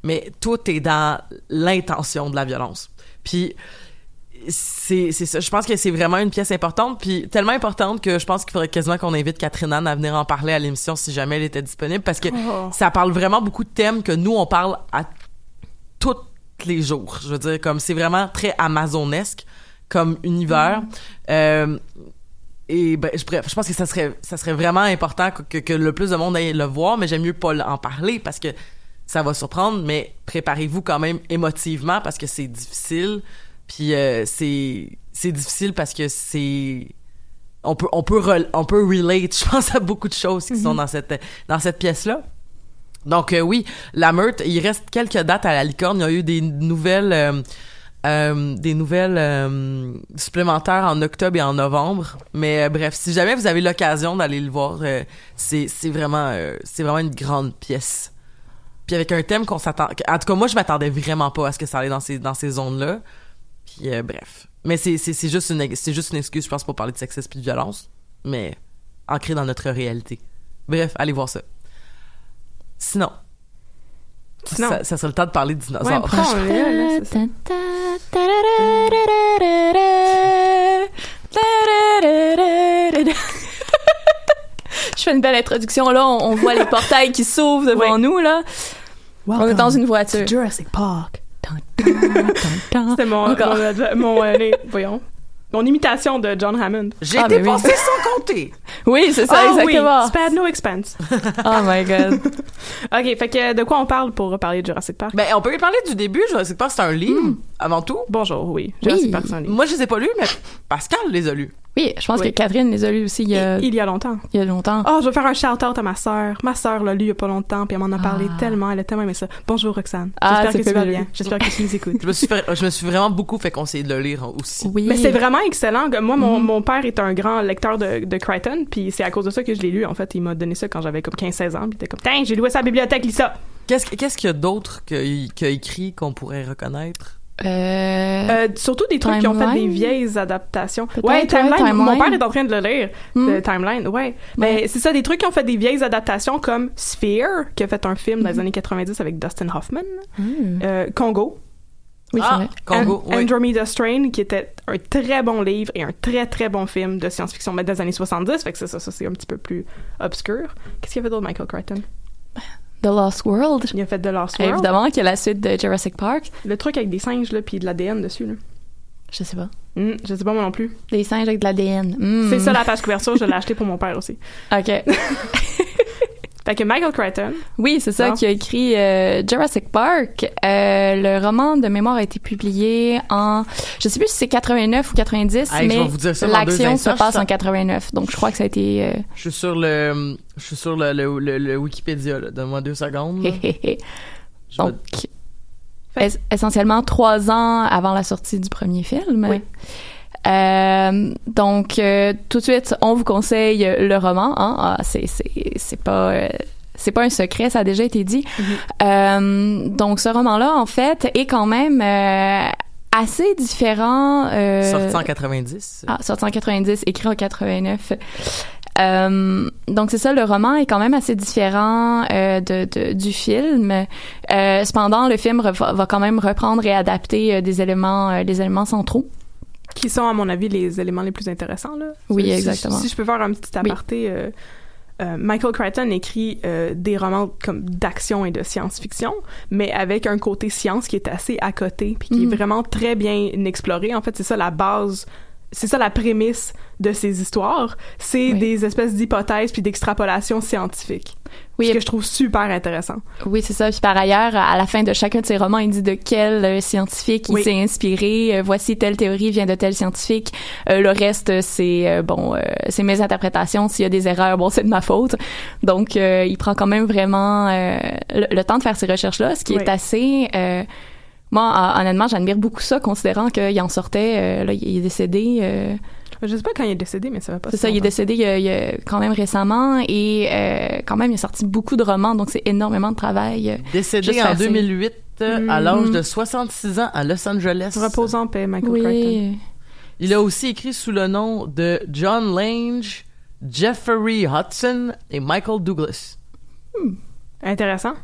mais tout est dans l'intention de la violence. Puis c'est c'est ça, je pense que c'est vraiment une pièce importante, puis tellement importante que je pense qu'il faudrait quasiment qu'on invite Catherine Anne à venir en parler à l'émission si jamais elle était disponible, parce que oh. ça parle vraiment beaucoup de thèmes que nous on parle à tous les jours. Je veux dire, comme c'est vraiment très amazonesque comme univers. Mm. Euh, et ben, je, bref, je pense que ça serait ça serait vraiment important que, que le plus de monde aille le voir, mais j'aime mieux pas en parler parce que ça va surprendre, mais préparez-vous quand même émotivement parce que c'est difficile. Puis euh, c'est c'est difficile parce que c'est on peut on peut re, on peut relate, je pense, à beaucoup de choses qui mm-hmm. sont dans cette dans cette pièce là. Donc euh, oui, la meurtre, il reste quelques dates à la licorne, il y a eu des nouvelles euh, euh, des nouvelles euh, supplémentaires en octobre et en novembre, mais euh, bref, si jamais vous avez l'occasion d'aller le voir, euh, c'est c'est vraiment euh, c'est vraiment une grande pièce. Puis avec un thème qu'on s'attend, en tout cas moi je m'attendais vraiment pas à ce que ça allait dans ces dans ces zones-là. Puis euh, bref, mais c'est c'est c'est juste une c'est juste une excuse, je pense, pour parler de sexisme et de violence, mais ancré dans notre réalité. Bref, allez voir ça. Sinon, Sinon. Ça, ça serait le temps de parler de dinosaures. Ouais, je fais une belle introduction là, on, on voit les portails qui s'ouvrent devant ouais. nous là. Welcome on est dans une voiture. Jurassic Park. C'était mon, mon, mon euh, les, voyons, mon imitation de John Hammond. J'ai ah, dépensé oui. sans compter. Oui, c'est ça, oh, exactement. Oui, spare no expense. Oh my God. OK, fait que de quoi on parle pour parler de Jurassic Park? Ben, on peut lui parler du début. Jurassic Park, c'est un livre, mm. avant tout. Bonjour, oui. Jurassic oui. Park, c'est un livre. Moi, je les ai pas lus, mais Pascal les a lus. Oui, je pense oui. que Catherine les a lus aussi il y a... Il y a longtemps. Il y a longtemps. Oh, je vais faire un shout-out à ma sœur. Ma sœur l'a lu il y a pas longtemps, puis elle m'en a parlé ah. tellement. Elle a tellement aimé ça. Bonjour, Roxane. Ah, J'espère que tu vas bien. J'espère que tu nous écoutes. je, me suis fait, je me suis vraiment beaucoup fait conseiller de le lire aussi. Oui. Mais c'est vraiment excellent. Moi, mon, mm. mon père est un grand lecteur de, de Crichton, puis c'est à cause de ça que je l'ai lu. En fait, il m'a donné ça quand j'avais comme quinze seize ans, puis il était comme « Tiens, j'ai loué ça à la bibliothèque, lis ça! » Qu'est-ce, qu'est-ce qu'il y a d'autre qu'il a écrit qu'on pourrait reconnaître? Euh, euh, surtout des trucs Timeline? qui ont fait des vieilles adaptations. Peut-être, ouais, Timeline, ouais, Timeline. Mon père est en train de le lire. Mm. De Timeline, ouais. Mais ouais. c'est ça, des trucs qui ont fait des vieilles adaptations comme Sphere, qui a fait un film mm-hmm. dans les années quatre-vingt-dix avec Dustin Hoffman. Mm. Euh, Congo. Oui, ah, c'est vrai. Congo, And- oui. Andromeda Strain, qui était un très bon livre et un très très bon film de science-fiction, mais des années soixante-dix. Fait que c'est ça, ça c'est un petit peu plus obscur. Qu'est-ce qu'il y avait d'autre, Michael Crichton? The Lost World. Il a fait The Lost World. Évidemment, qui est la suite de Jurassic Park. Le truc avec des singes, là, puis de l'A D N dessus, là. Je sais pas. Mm, je sais pas, moi non plus. Des singes avec de l'A D N. Mm. C'est ça, la page couverture, je l'ai acheté pour mon père aussi. OK. Fait que Michael Crichton. Oui, c'est ça, non? qui a écrit euh, Jurassic Park. Euh, le roman de mémoire a été publié en, je sais plus si c'est quatre-vingt-neuf ou quatre-vingt-dix, hey, mais l'action se passe ça... en quatre-vingt-neuf. Donc, je crois que ça a été... Euh... Je suis sur le, je suis sur le, le, le, le Wikipédia, là. Donne-moi deux secondes. Donc, vais... es- essentiellement trois ans avant la sortie du premier film. Oui. Euh, donc euh, tout de suite on vous conseille le roman, hein? Ah, c'est c'est c'est pas euh, c'est pas un secret, ça a déjà été dit. Mm-hmm. Euh, donc ce roman-là en fait est quand même euh, assez différent. Euh, sorti en quatre-vingt-dix. Ah, sorti en quatre-vingt-dix, écrit en quatre-vingt-neuf. Euh, donc c'est ça, le roman est quand même assez différent euh, de, de du film. Euh, cependant, le film re- va quand même reprendre et adapter euh, des éléments euh, des éléments centraux. Qui sont, à mon avis, les éléments les plus intéressants, là. Oui, si, exactement. Si, si je peux faire un petit aparté, oui. euh, euh, Michael Crichton écrit euh, des romans comme d'action et de science-fiction, mais avec un côté science qui est assez à côté, puis qui mm. est vraiment très bien exploré. En fait, c'est ça la base, c'est ça la prémisse de ces histoires. C'est oui. des espèces d'hypothèses puis d'extrapolations scientifiques. Oui, ce que je trouve super intéressant. Oui, c'est ça. Puis par ailleurs, à la fin de chacun de ses romans, il dit de quel euh, scientifique il oui. s'est inspiré. Euh, voici telle théorie vient de tel scientifique. Euh, le reste, c'est euh, bon, euh, c'est mes interprétations. S'il y a des erreurs, bon, c'est de ma faute. Donc, euh, il prend quand même vraiment euh, le, le temps de faire ces recherches-là, ce qui oui. est assez. Euh, moi, honnêtement, j'admire beaucoup ça, considérant qu'il en sortait. Euh, là, il est décédé. Euh, Je sais pas quand il est décédé, mais ça va pas. C'est ça, longtemps. Il est décédé il y a, il y a quand même récemment et euh, quand même il a sorti beaucoup de romans, donc c'est énormément de travail. Décédé en deux mille huit mm. à l'âge de soixante-six ans à Los Angeles. Repose en paix, Michael oui. Crichton. Il a aussi écrit sous le nom de John Lange, Jeffrey Hudson et Michael Douglas. Hmm. Intéressant. Ouais.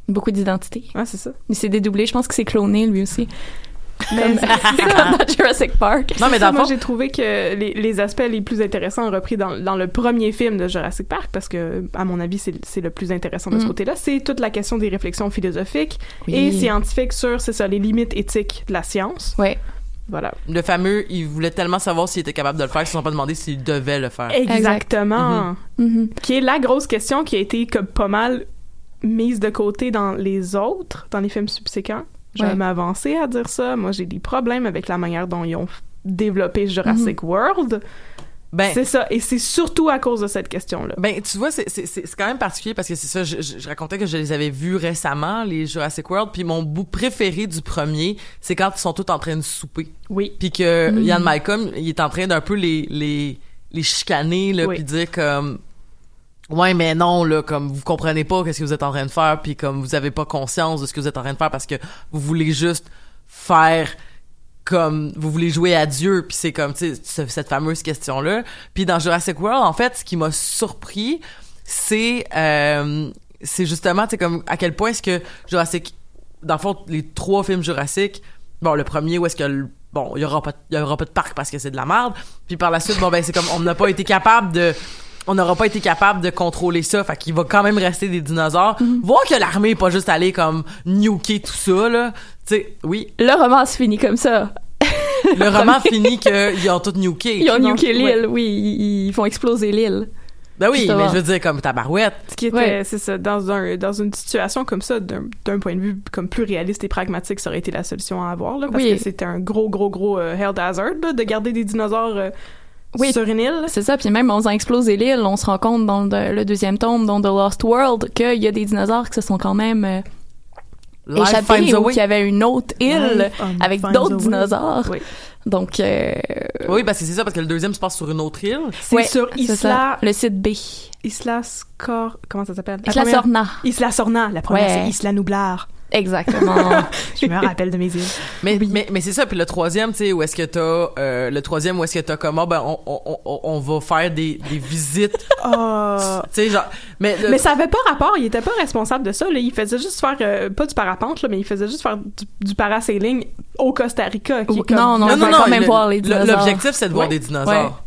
Beaucoup d'identité. Ouais, c'est ça. Il s'est dédoublé. Je pense que c'est cloné, lui aussi. Mais Comme, comme dans Jurassic Park. Non, mais dans ça, le moi, fond- j'ai trouvé que les, les aspects les plus intéressants ont repris dans, dans le premier film de Jurassic Park, parce que, à mon avis, c'est, c'est le plus intéressant de Mm. ce côté-là. C'est toute la question des réflexions philosophiques Oui. et scientifiques sur, c'est ça, les limites éthiques de la science. Ouais. Voilà. Le fameux, il voulait tellement savoir s'il était capable de le faire qu'ils se sont pas demandé s'il devait le faire. Exactement. Mm-hmm. Qui est la grosse question qui a été comme pas mal mise de côté dans les autres, dans les films subséquents. Je vais Ouais. m'avancer à dire ça. Moi, j'ai des problèmes avec la manière dont ils ont f- développé Jurassic World. Ben, C'est ça. Et c'est surtout à cause de cette question-là. Ben, tu vois, c'est, c'est, c'est c'est quand même particulier parce que c'est ça, je, je, je racontais que je les avais vus récemment, les Jurassic World, puis mon bout préféré du premier, c'est quand ils sont tous en train de souper. Oui. Puis que Mm. Ian Malcolm, il est en train d'un peu les, les, les chicaner, là, Oui. puis dire comme... Ouais, mais non, là, comme vous comprenez pas qu'est-ce que vous êtes en train de faire, puis comme vous avez pas conscience de ce que vous êtes en train de faire parce que vous voulez juste faire comme vous voulez jouer à Dieu, puis c'est comme tu sais ce- cette fameuse question là. Puis dans Jurassic World, en fait, ce qui m'a surpris, c'est euh, c'est justement tu sais comme à quel point est-ce que Jurassic, dans le fond, les trois films Jurassic, bon, le premier où est-ce que le- bon, il y aura pas il y aura pas de parc parce que c'est de la merde, puis par la suite bon ben c'est comme on n'a pas été capable de on n'aura pas été capable de contrôler ça, fait qu'il va quand même rester des dinosaures. Voir que l'armée est pas juste allée comme nuker tout ça, là. Tu sais, oui. Le roman se finit comme ça. Le roman finit qu'ils ont tout nuké. Ils ont Non, nuké l'île, ouais. oui. Ils, ils font exploser l'île. Ben oui, Justement. mais je veux dire, comme tabarouette. Ce qui était, Ouais. c'est ça, dans, un, dans une situation comme ça, d'un, d'un point de vue comme plus réaliste et pragmatique, ça aurait été la solution à avoir, là, parce Oui. que c'était un gros, gros, gros euh, health hazard, là, de garder des dinosaures euh, Oui. sur une île. C'est ça, puis même en faisant exploser l'île, on se rend compte dans le, le deuxième tome, dans The Lost World, qu'il y a des dinosaures qui se sont quand même euh, Life échappés finds a ou way. qu'il y avait une autre île Life on avec finds d'autres a way. dinosaures. Oui. Donc, euh, Oui, parce que c'est ça, parce que le deuxième se passe sur une autre île. C'est ouais, sur c'est ça. Isla... Le site B. Isla Scor... Comment ça s'appelle? La Isla première- Sorna. Isla Sorna. La première, Ouais. c'est Isla Nublar. Exactement. Je me rappelle de mes îles. Mais, mais, mais c'est ça, puis le troisième, tu sais, où est-ce que t'as... Euh, le troisième, où est-ce que t'as comme, ah, ben, on, on, on, on va faire des, des visites. Oh... Tu sais, genre... Mais, le- Mais ça avait pas rapport, il était pas responsable de ça, là. Il faisait juste faire, euh, pas du parapente, là, mais il faisait juste faire du, du parasailing au Costa Rica. Qui est Ou- comme... non, non, non, on non, va non, quand même le- voir les le- dinosaures. L'objectif, c'est de voir Ouais. des dinosaures.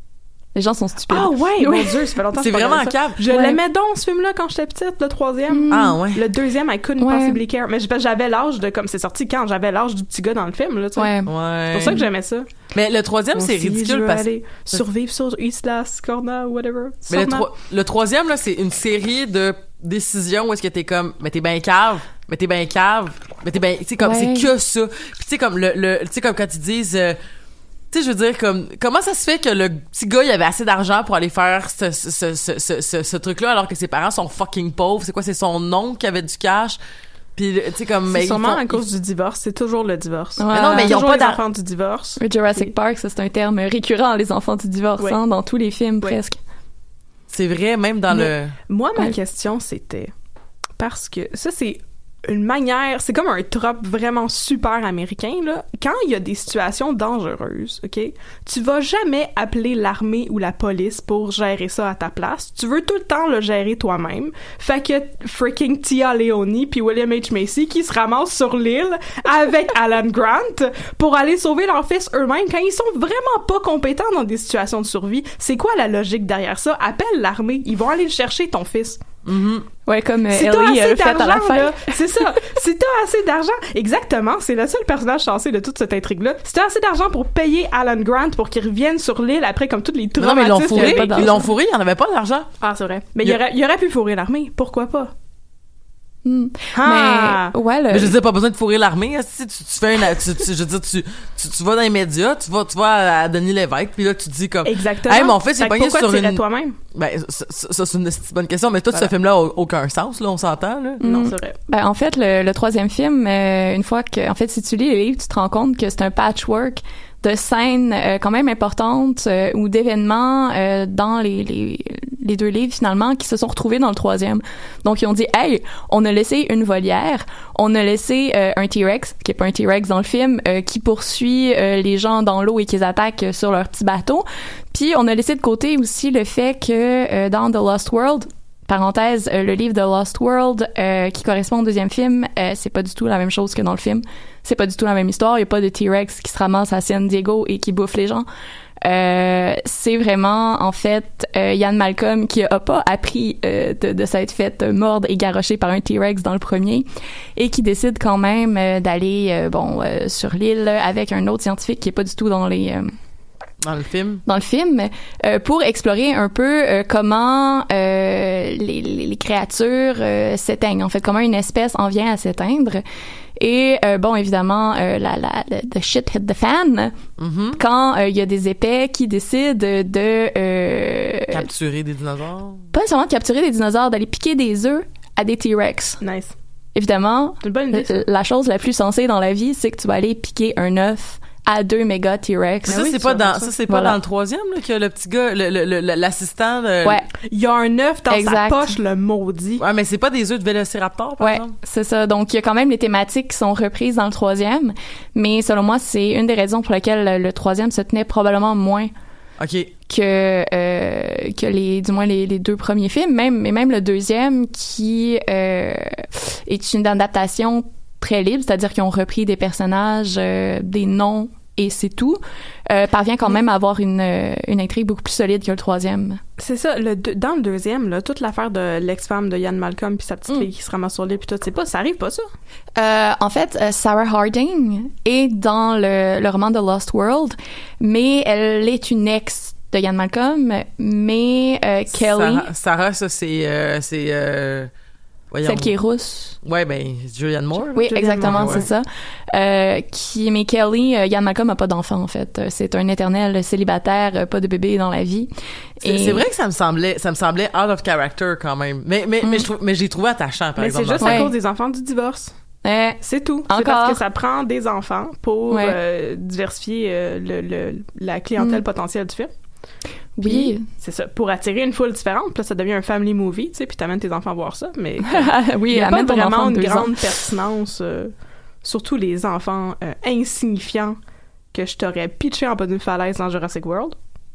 Les gens sont stupides. Ah ouais, Oui. mon Dieu, ça fait longtemps que C'est je parlais vraiment de ça. cave. Je Ouais. l'aimais donc, ce film-là, quand j'étais petite, le troisième. Mm. Ah, ouais. Le deuxième, I couldn't Ouais. possibly care. Mais parce que j'avais l'âge de, comme c'est sorti quand j'avais l'âge du petit gars dans le film, là, tu sais. Ouais. Ouais. C'est pour ça que j'aimais ça. Mais le troisième, Moi c'est aussi, je ridicule veux parce que... aller survivre sur Isla Scorna, whatever. Mais le, Sorna. troi- le troisième, là, c'est une série de décisions où est-ce que t'es comme, mais t'es ben cave, mais t'es ben cave, mais t'es ben, tu sais, comme, Ouais. c'est que ça. Puis tu sais, comme, le, le tu sais, comme quand ils disent, euh, tu sais, je veux dire, comme, comment ça se fait que le petit gars, il avait assez d'argent pour aller faire ce, ce, ce, ce, ce, ce, ce truc-là alors que ses parents sont fucking pauvres? C'est quoi, c'est son oncle qui avait du cash? Puis, tu sais, comme, mais C'est ils sûrement font- à cause du divorce. C'est toujours le divorce. Ouais. Mais non, mais ils ont toujours pas les d'ar- enfants du divorce. Le Jurassic Park, ça, c'est un terme récurrent, les enfants du divorce, Ouais. hein, dans tous les films, Ouais. presque. C'est vrai, même dans Mais- le... Moi, ma Ouais. question, c'était... Parce que ça, c'est une manière... C'est comme un trope vraiment super américain, là. Quand il y a des situations dangereuses, OK? Tu vas jamais appeler l'armée ou la police pour gérer ça à ta place. Tu veux tout le temps le gérer toi-même. Fait que freaking Tia Leone puis William H. Macy qui se ramassent sur l'île avec Alan Grant pour aller sauver leur fils eux-mêmes quand ils sont vraiment pas compétents dans des situations de survie. C'est quoi la logique derrière ça? Appelle l'armée. Ils vont aller le chercher, ton fils. Mhm. Ouais, comme euh, Si t'as Ellie assez a fait à la d'argent, fin. là, c'est ça. Si t'as assez d'argent, exactement, c'est le seul personnage censé de toute cette intrigue-là. Si t'as assez d'argent pour payer Alan Grant pour qu'il revienne sur l'île après comme toutes les Non, mais ils l'ont traumatismes fourré, qu'il y pas avait- d'argent. ils l'ont fourré, il y en avait pas d'argent. Ah, c'est vrai. Mais Il il y a- aurait, il aurait pu fourrer l'armée. Pourquoi pas? Hmm. Ah! Mais, ouais, le... Mais je veux dire, pas besoin de fourrer l'armée. Si tu, tu fais un, tu, tu- je veux dire, tu, tu, tu vas dans les médias, tu vas, tu vas à Denis Lévesque, puis là, tu dis comme, Exactement. hey, mon fils, il Fait est que pogné pourquoi sur tu irais une, toi-même? ben, ça, ça, ça, c'est une petite bonne question, mais tout Voilà. ce film-là a aucun sens, là, on s'entend, là. Non, Mm. c'est vrai. Ben, en fait, le, le troisième film, euh, une fois que, en fait, si tu lis les livres, tu te rends compte que c'est un patchwork de scènes euh, quand même importantes euh, ou d'événements euh, dans les, les, les deux livres, finalement, qui se sont retrouvés dans le troisième. Donc, ils ont dit, hey, on a laissé une volière, on a laissé euh, un T-Rex, qui est pas un T-Rex dans le film, euh, qui poursuit euh, les gens dans l'eau et qui les attaque euh, sur leur petit bateau. Puis, on a laissé de côté aussi le fait que euh, dans The Lost World, parenthèse, euh, le livre de Lost World, euh, qui correspond au deuxième film, euh, c'est pas du tout la même chose que dans le film. C'est pas du tout la même histoire. Il y a pas de T-Rex qui se ramasse à San Diego et qui bouffe les gens. Euh, c'est vraiment, en fait, euh, Ian Malcolm qui a pas appris euh, de, de s'être fait mordre et garrocher par un T-Rex dans le premier et qui décide quand même euh, d'aller, euh, bon, euh, sur l'île avec un autre scientifique qui est pas du tout dans les... Euh, Dans le film? Dans le film, euh, pour explorer un peu euh, comment euh, les, les, les créatures euh, s'éteignent. En fait, comment une espèce en vient à s'éteindre. Et euh, bon, évidemment, euh, la, la, la the shit hit the fan Mm-hmm. quand il euh, y a des épais qui décident de... Euh, Capturer des dinosaures? Pas seulement de capturer des dinosaures, d'aller piquer des œufs à des T-Rex. Nice. Évidemment, c'est une bonne idée, ça. La chose la plus sensée dans la vie, c'est que tu vas aller piquer un œuf à deux méga T-Rex. Mais ça, oui, c'est ça, pas dans, ça. ça, c'est Voilà. pas dans le troisième, là, que le petit gars, le, le, le, l'assistant de... Ouais. Il y a un œuf dans Exact. sa poche, le maudit. Ouais, mais c'est pas des œufs de Vélociraptor, par Ouais, exemple? c'est ça. Donc, il y a quand même les thématiques qui sont reprises dans le troisième. Mais selon moi, c'est une des raisons pour lesquelles le troisième se tenait probablement moins OK. que euh, que les du moins les, les deux premiers films, même et même le deuxième qui euh, est une adaptation très libre, c'est-à-dire qu'ils ont repris des personnages, euh, des noms et c'est tout, euh, parvient quand même à avoir une euh, une intrigue beaucoup plus solide que le troisième. C'est ça, le deux- dans le deuxième, là, toute l'affaire de l'ex-femme de Ian Malcolm puis sa petite Mm. fille qui se ramasse sur l'île puis tout, c'est pas, ça arrive pas ça? Euh, en fait, euh, Sarah Harding est dans le, le roman de Lost World, mais elle est une ex de Ian Malcolm, mais euh, Kelly, Sarah, Sarah, ça, c'est... Euh, c'est euh, voyons. celle qui est rousse. Ouais, ben, Julianne Moore. Oui, Julianne exactement, Moore, c'est ouais. ça. Euh, qui, mais Kelly, euh, Ian Malcolm a pas d'enfant, en fait. Euh, C'est un éternel célibataire, euh, pas de bébé dans la vie. C'est, Et- c'est vrai que ça me semblait, ça me semblait out of character quand même. Mais, mais, Mm. mais je trouve, mais j'ai trouvé attachant, par Mais c'est exemple. juste dans le à Ouais. cause des enfants du divorce. Euh, C'est tout. C'est Encore. parce que ça prend des enfants pour Ouais. euh, diversifier euh, le, le, la clientèle Mm. potentielle du film. oui. Puis, c'est ça. Pour attirer une foule différente, puis là, ça devient un family movie, tu sais, puis t'amènes tes enfants voir ça, mais oui, il n'y a pas amène ton enfant vraiment de une deux ans. grande pertinence, euh, surtout les enfants euh, insignifiants que je t'aurais pitché en bas d'une falaise dans Jurassic World.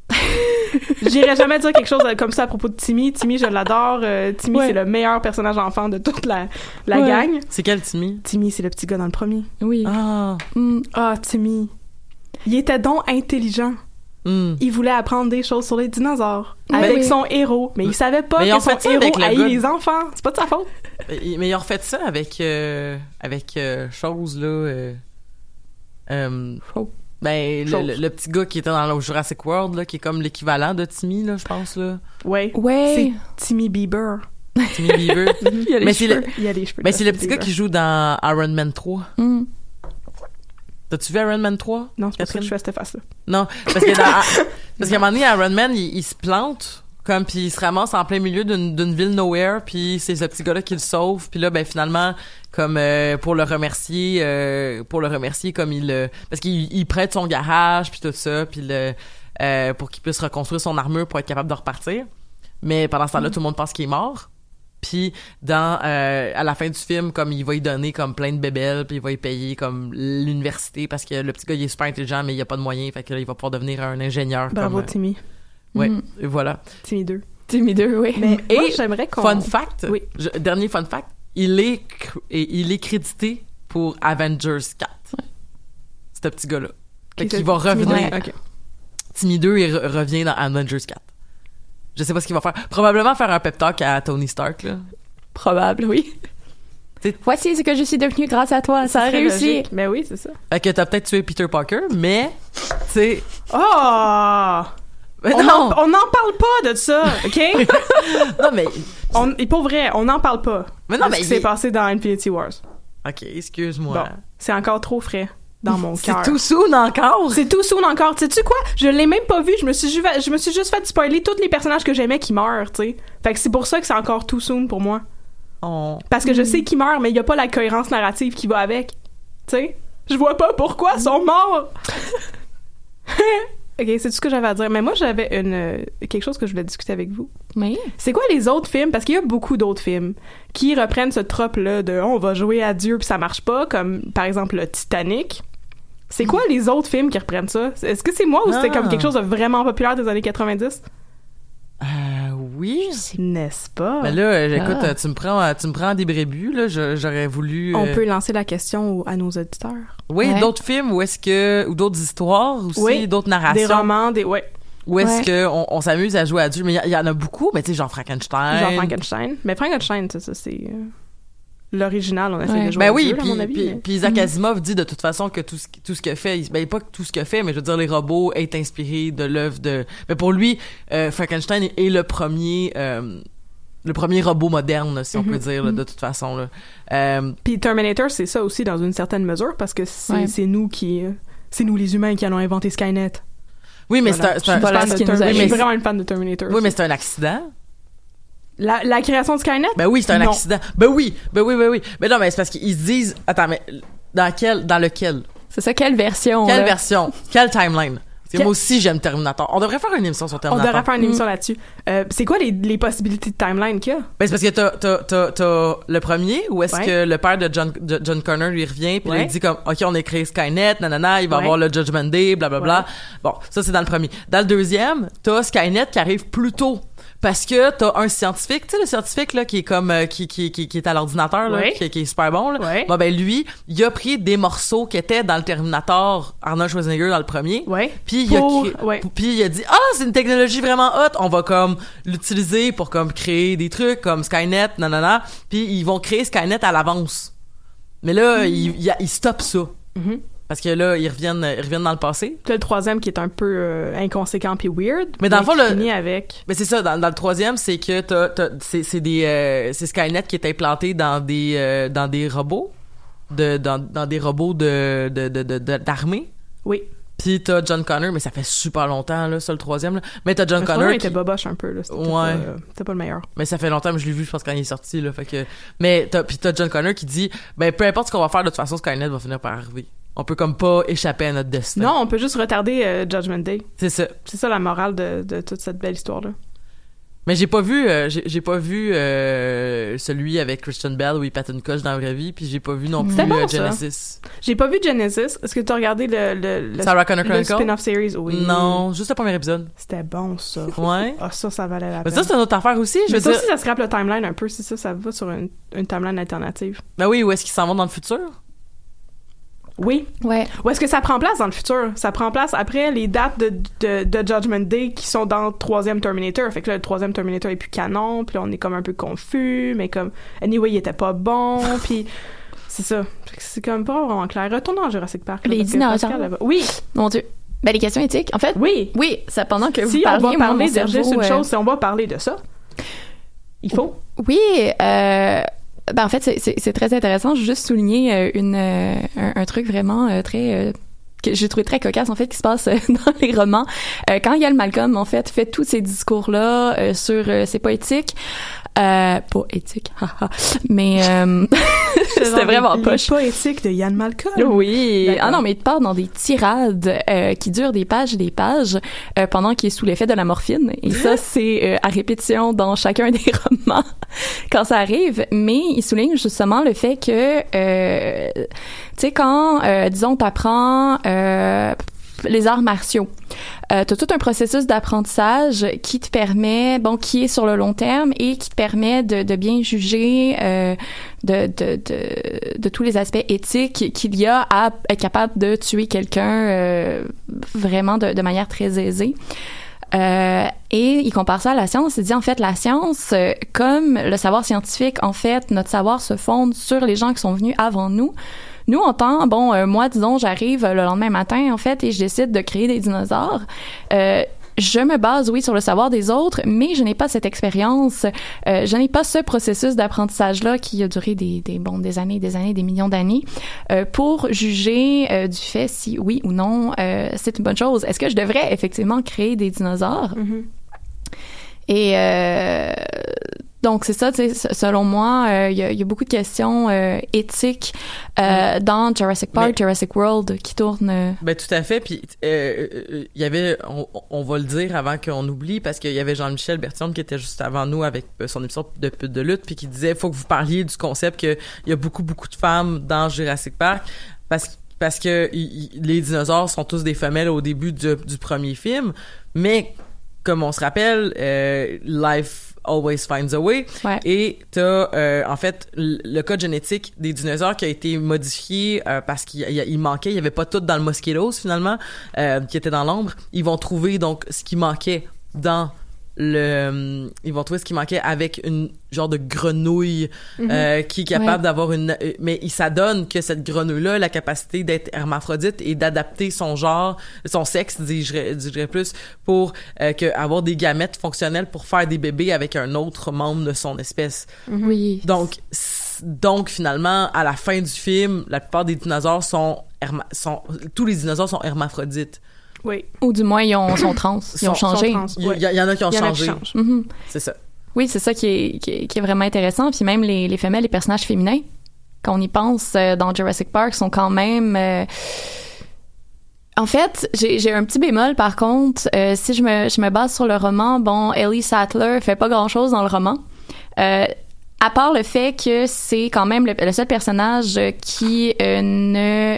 J'irais jamais dire quelque chose comme ça à propos de Timmy. Timmy, je l'adore. Euh, Timmy, Ouais. c'est le meilleur personnage enfant de toute la, la Ouais. gang. C'est quel Timmy? Timmy, c'est le petit gars dans le premier. Oui. Ah. Mm. Ah, Timmy. Il était donc intelligent. Hmm. Il voulait apprendre des choses sur les dinosaures Mais avec oui. son héros, mais il savait pas Mais ils que ont son fait ça héros avec le haït gars de- les enfants. C'est pas de sa faute. Mais mais ils ont refait ça avec euh, avec euh, chose là. Euh, euh, ben le, Chose. le, le petit gars qui était dans le Jurassic World là, qui est comme l'équivalent de Timmy là, je pense là. Ouais. Ouais. C'est Timmy Bieber. Timmy Beaver. Il y a les Mais c'est cheveux. le, Il a des cheveux. mais c'est le Justin petit gars Bieber. qui joue dans Iron Man trois. Mm. T'as-tu vu Iron Man trois? Non, c'est pas ça que Catherine? je fais cette face-là. Non, parce que dans, parce qu'à un moment donné, Iron Man, il, il se plante, comme, puis il se ramasse en plein milieu d'une, d'une ville nowhere, puis c'est ce petit gars-là qui le sauve, puis là, ben finalement, comme euh, pour le remercier, euh, pour le remercier, comme il, euh, parce qu'il il prête son garage, puis tout ça, puis le, euh, pour qu'il puisse reconstruire son armure pour être capable de repartir. Mais pendant ce temps-là, tout le monde pense qu'il est mort. Puis dans euh, à la fin du film, comme il va y donner comme plein de bébelles, puis il va y payer comme l'université parce que le petit gars il est super intelligent mais il a pas de moyens, fait que là, il va pouvoir devenir un ingénieur. Bravo, comme, Timmy. euh, ouais, Mm. et voilà. Timmy deux. Timmy deux, oui. Mais Et moi, j'aimerais qu'on... Fun fact, Oui. je- dernier fun fact, il est cr- et il est crédité pour Avengers quatre. Ce petit gars-là. Fait Qui qu'il c'est? va Timmy revenir. deux? Ok. Timmy deux, il re- revient dans Avengers quatre. Je sais pas ce qu'il va faire. Probablement faire un pep talk à Tony Stark là. Probable, oui. T'sais- Voici ce que je suis devenue grâce à toi. Ça a serait réussi. logique. Mais oui, c'est ça. Fait que t'as peut-être tué Peter Parker, mais tu sais, Oh! mais On non, n'en on n'en parle pas de ça, OK? non mais on, et pour vrai, on n'en parle pas. Mais non, de mais ce qui il- s'est passé dans Infinity Wars. ok, excuse-moi. Bon, c'est encore trop frais dans mon C'est cœur. tout soon encore. C'est tout soon encore. Sais-tu quoi? Je l'ai même pas vu. Je me suis, ju- je me suis juste fait spoiler tous les personnages que j'aimais qui meurent, tu sais. Fait que c'est pour ça que c'est encore tout soon pour moi. On- Parce que je sais qu'ils meurent, mais il y a pas la cohérence narrative qui va avec. Tu sais? Je vois pas pourquoi ils sont morts. Ok, c'est tout ce que j'avais à dire. Mais moi, j'avais une euh, quelque chose que je voulais discuter avec vous. Mais C'est quoi les autres films? Parce qu'il y a beaucoup d'autres films qui reprennent ce trope-là de on va jouer à Dieu puis ça marche pas, comme par exemple le Titanic. C'est quoi les autres films qui reprennent ça? Est-ce que c'est moi ou c'était Ah. comme quelque chose de vraiment populaire des années quatre-vingt-dix? Euh, oui. N'est-ce pas? Mais là, écoute, Ah. tu me prends, tu me prends des brébus, là. Je- j'aurais voulu. On euh, peut lancer la question au- à nos auditeurs. Oui, Ouais. d'autres films ou est-ce que ou d'autres histoires aussi, Oui. d'autres narrations. Des romans, des ouais. Ou est-ce Ouais. que on, on s'amuse à jouer à Dieu? Mais il y, y en a beaucoup, mais tu sais, genre Frankenstein. Genre Frankenstein. Mais Frankenstein, c'est ça, c'est euh, l'original. On essaie Ouais. de jouer Ben à oui, Dieu, là, puis, à mon avis. puis, mais- puis Isaac Asimov dit de toute façon que tout ce, tout ce qu'il fait, il- ben pas tout ce qu'il fait, mais je veux dire, les robots est inspiré de l'œuvre de... Mais pour lui, euh, Frankenstein est le premier... euh, le premier robot moderne, là, si on Mhm. peut dire, là, de toute façon. Là. Euh, Puis Terminator, c'est ça aussi dans une certaine mesure parce que c'est Ouais. c'est nous qui... euh, c'est nous les humains qui allons inventé Skynet. oui, mais Voilà. c'est un... c'est un- Je suis Voilà fan ce de qui nous Terminator. arrive. Je suis Mais- vraiment une fan de Terminator. oui, mais c'est un accident. La, la création de Skynet? Ben oui, c'est un Non. accident. Ben oui, ben oui, ben oui. Mais non, mais c'est parce qu'ils se disent... Attends, mais dans quel... Dans lequel? C'est ça, quelle version? Quelle là? version? Quelle timeline? Parce que Quel- moi aussi, j'aime Terminator. On devrait faire une émission sur On Terminator. devrait faire une émission Mm. là-dessus. Euh, c'est quoi les, les possibilités de timeline qu'il y a? Ben, c'est parce que t'as, t'as, t'as, t'as le premier, où est-ce Ouais. que le père de John, de John Connor lui revient, puis là, Ouais. il dit comme, OK, on a créé Skynet, nanana, il va Ouais. avoir le Judgment Day, blablabla. Ouais. Bon, ça, c'est dans le premier. Dans le deuxième, t'as Skynet qui arrive plus tôt. Parce que t'as un scientifique, tu sais, le scientifique, là, qui est comme, euh, qui, qui, qui, qui est à l'ordinateur, là, Ouais. qui, qui est super bon, là. Ouais. Bon, ben, lui, il a pris des morceaux qui étaient dans le Terminator, Arnold Schwarzenegger dans le premier. Ouais. Puis il a Pour- créé- ouais. puis il a dit, ah, c'est une technologie vraiment hot, on va comme l'utiliser pour comme créer des trucs comme Skynet, nanana. Puis ils vont créer Skynet à l'avance. Mais là, ils il, il stoppent ça. Mhm. Parce que là, ils reviennent, ils reviennent dans le passé. Puis là, le troisième qui est un peu euh, inconséquent puis weird. Mais dans le fond, qui le- finit avec... Mais c'est ça, dans, dans le troisième, c'est que t'as, t'as, c'est, c'est des, euh, c'est Skynet qui est implanté dans des, euh, dans des robots, de, dans, dans des robots de, de, de, de, de- d'armée. Oui. Puis t'as John Connor, mais ça fait super longtemps, là, ça, le troisième, là. Mais t'as John Le Connor troisième qui... était boboche un peu, là. C'était Ouais. pas, euh, c'était pas le meilleur. Mais ça fait longtemps que je l'ai vu, je pense, quand il est sorti, là. Fait que... Mais t'as, pis t'as John Connor qui dit, ben, peu importe ce qu'on va faire, de toute façon, Skynet va finir par arriver. On peut comme pas échapper à notre destin. Non, on peut juste retarder euh, Judgment Day. C'est ça. C'est ça la morale de, de toute cette belle histoire-là. Mais j'ai pas vu, euh, j'ai, j'ai pas vu euh, celui avec Christian Bale où il pète une coche dans la vraie vie, puis j'ai pas vu non plus C'était bon, euh, ça. Genesis. J'ai pas vu Genesis. Est-ce que tu as regardé le, le, le, Sarah Connor le Chronicle? spin-off series? Oui. Non, juste le premier épisode. C'était bon, ça. Ouais. Ah, ça, ça valait la Mais peine. ça, c'est une autre affaire aussi. Je Mais veux ça dire, aussi, ça se rappelle le timeline un peu. C'est ça, ça va sur une, une timeline alternative. ben oui, où est-ce qu'ils s'en vont dans le futur? Oui. Ouais. Ou est-ce que ça prend place dans le futur? Ça prend place après les dates de, de, de Judgment Day qui sont dans le troisième Terminator. Fait que là, le troisième Terminator est plus canon, puis là, on est comme un peu confus, mais comme, anyway, il était pas bon, puis c'est ça. Fait que c'est comme pas vraiment clair. Retournons dans Jurassic Park. là, Les parce que dinosaures. Pascal, là-bas- Oui, Mon Dieu. Ben, les questions éthiques, en fait. oui. Oui, ça, pendant que vous Si on parliez, va moi, parler mon de juste cerveau, une euh, chose, si on va parler de ça, il faut. Oui, euh, ben en fait, c'est- c'est c'est très intéressant. Je veux juste souligner euh, une, euh, un, un truc vraiment euh, très... euh, que j'ai trouvé très cocasse, en fait, qui se passe euh, dans les romans. Euh, quand Ian Malcolm, en fait, fait tous ces discours-là euh, sur... Euh, c'est pas éthique. Euh, pas éthique, haha. Mais euh, c'était vraiment les, poche. Les poétiques de Ian Malcolm. Oui. D'accord. Ah non, mais il te part dans des tirades euh, qui durent des pages et des pages euh, pendant qu'il est sous l'effet de la morphine. Et ça, c'est euh, à répétition dans chacun des romans quand ça arrive. Mais il souligne justement le fait que, euh, tu sais, quand, euh, disons, t'apprends euh, les arts martiaux, euh, t'as tout un processus d'apprentissage qui te permet, bon, qui est sur le long terme et qui te permet de, de bien juger euh, de, de, de, de tous les aspects éthiques qu'il y a à être capable de tuer quelqu'un euh, vraiment de, de manière très aisée. Euh, et il compare ça à la science. Il dit, en fait, la science, euh, comme le savoir scientifique, en fait, notre savoir se fonde sur les gens qui sont venus avant nous. Nous, en temps, bon, euh, moi, disons, j'arrive le lendemain matin, en fait, et je décide de créer des dinosaures. Euh, je me base, oui, sur le savoir des autres, mais je n'ai pas cette expérience, euh, je n'ai pas ce processus d'apprentissage-là qui a duré des, des, bon, des années, des années, des millions d'années, euh, pour juger euh, du fait si, oui ou non, euh, c'est une bonne chose. Est-ce que je devrais effectivement créer des dinosaures? Mm-hmm. Et euh, donc c'est ça, tu sais, selon moi, il euh, y, a, y a beaucoup de questions euh, éthiques euh, dans Jurassic Park, Mais, Jurassic World qui tournent. Euh... Ben tout à fait. Puis il euh, euh, y avait, on, on va le dire avant qu'on oublie, parce qu'il y avait Jean-Michel Berthiaume qui était juste avant nous avec son émission de de lutte, puis qui disait faut que vous parliez du concept que il y a beaucoup beaucoup de femmes dans Jurassic Park parce parce que y, y, les dinosaures sont tous des femelles au début du, du premier film, mais comme on se rappelle, euh, life always finds a way. Ouais. Et t'as, euh, en fait, le code génétique des dinosaures qui a été modifié euh, parce qu'il il, il manquait, il y avait pas tout dans le Mosquitoes, finalement, euh, qui était dans l'ombre. Ils vont trouver, donc, ce qui manquait dans le... Ils vont trouver ce qui manquait avec une genre de grenouille mm-hmm. euh, qui est capable ouais. d'avoir une... Mais il s'adonne que cette grenouille-là a la capacité d'être hermaphrodite et d'adapter son genre, son sexe, dirais je plus, pour euh, que, avoir des gamètes fonctionnelles pour faire des bébés avec un autre membre de son espèce. Mm-hmm. Oui. Donc, donc, finalement, à la fin du film, la plupart des dinosaures sont... Herma- sont tous les dinosaures sont hermaphrodites. Oui. Ou du moins, ils ont, sont trans. Ils ont changé. Trans, il, y, il y en a qui ont changé. Mm-hmm. C'est ça. Oui, c'est ça qui est, qui est, qui est vraiment intéressant. Puis même les, les femelles, les personnages féminins, quand on y pense, euh, dans Jurassic Park, sont quand même... Euh... En fait, j'ai, j'ai un petit bémol, par contre. Euh, si je me, je me base sur le roman, bon, Ellie Sattler fait pas grand-chose dans le roman. Euh, À part le fait que c'est quand même le, le seul personnage qui euh, ne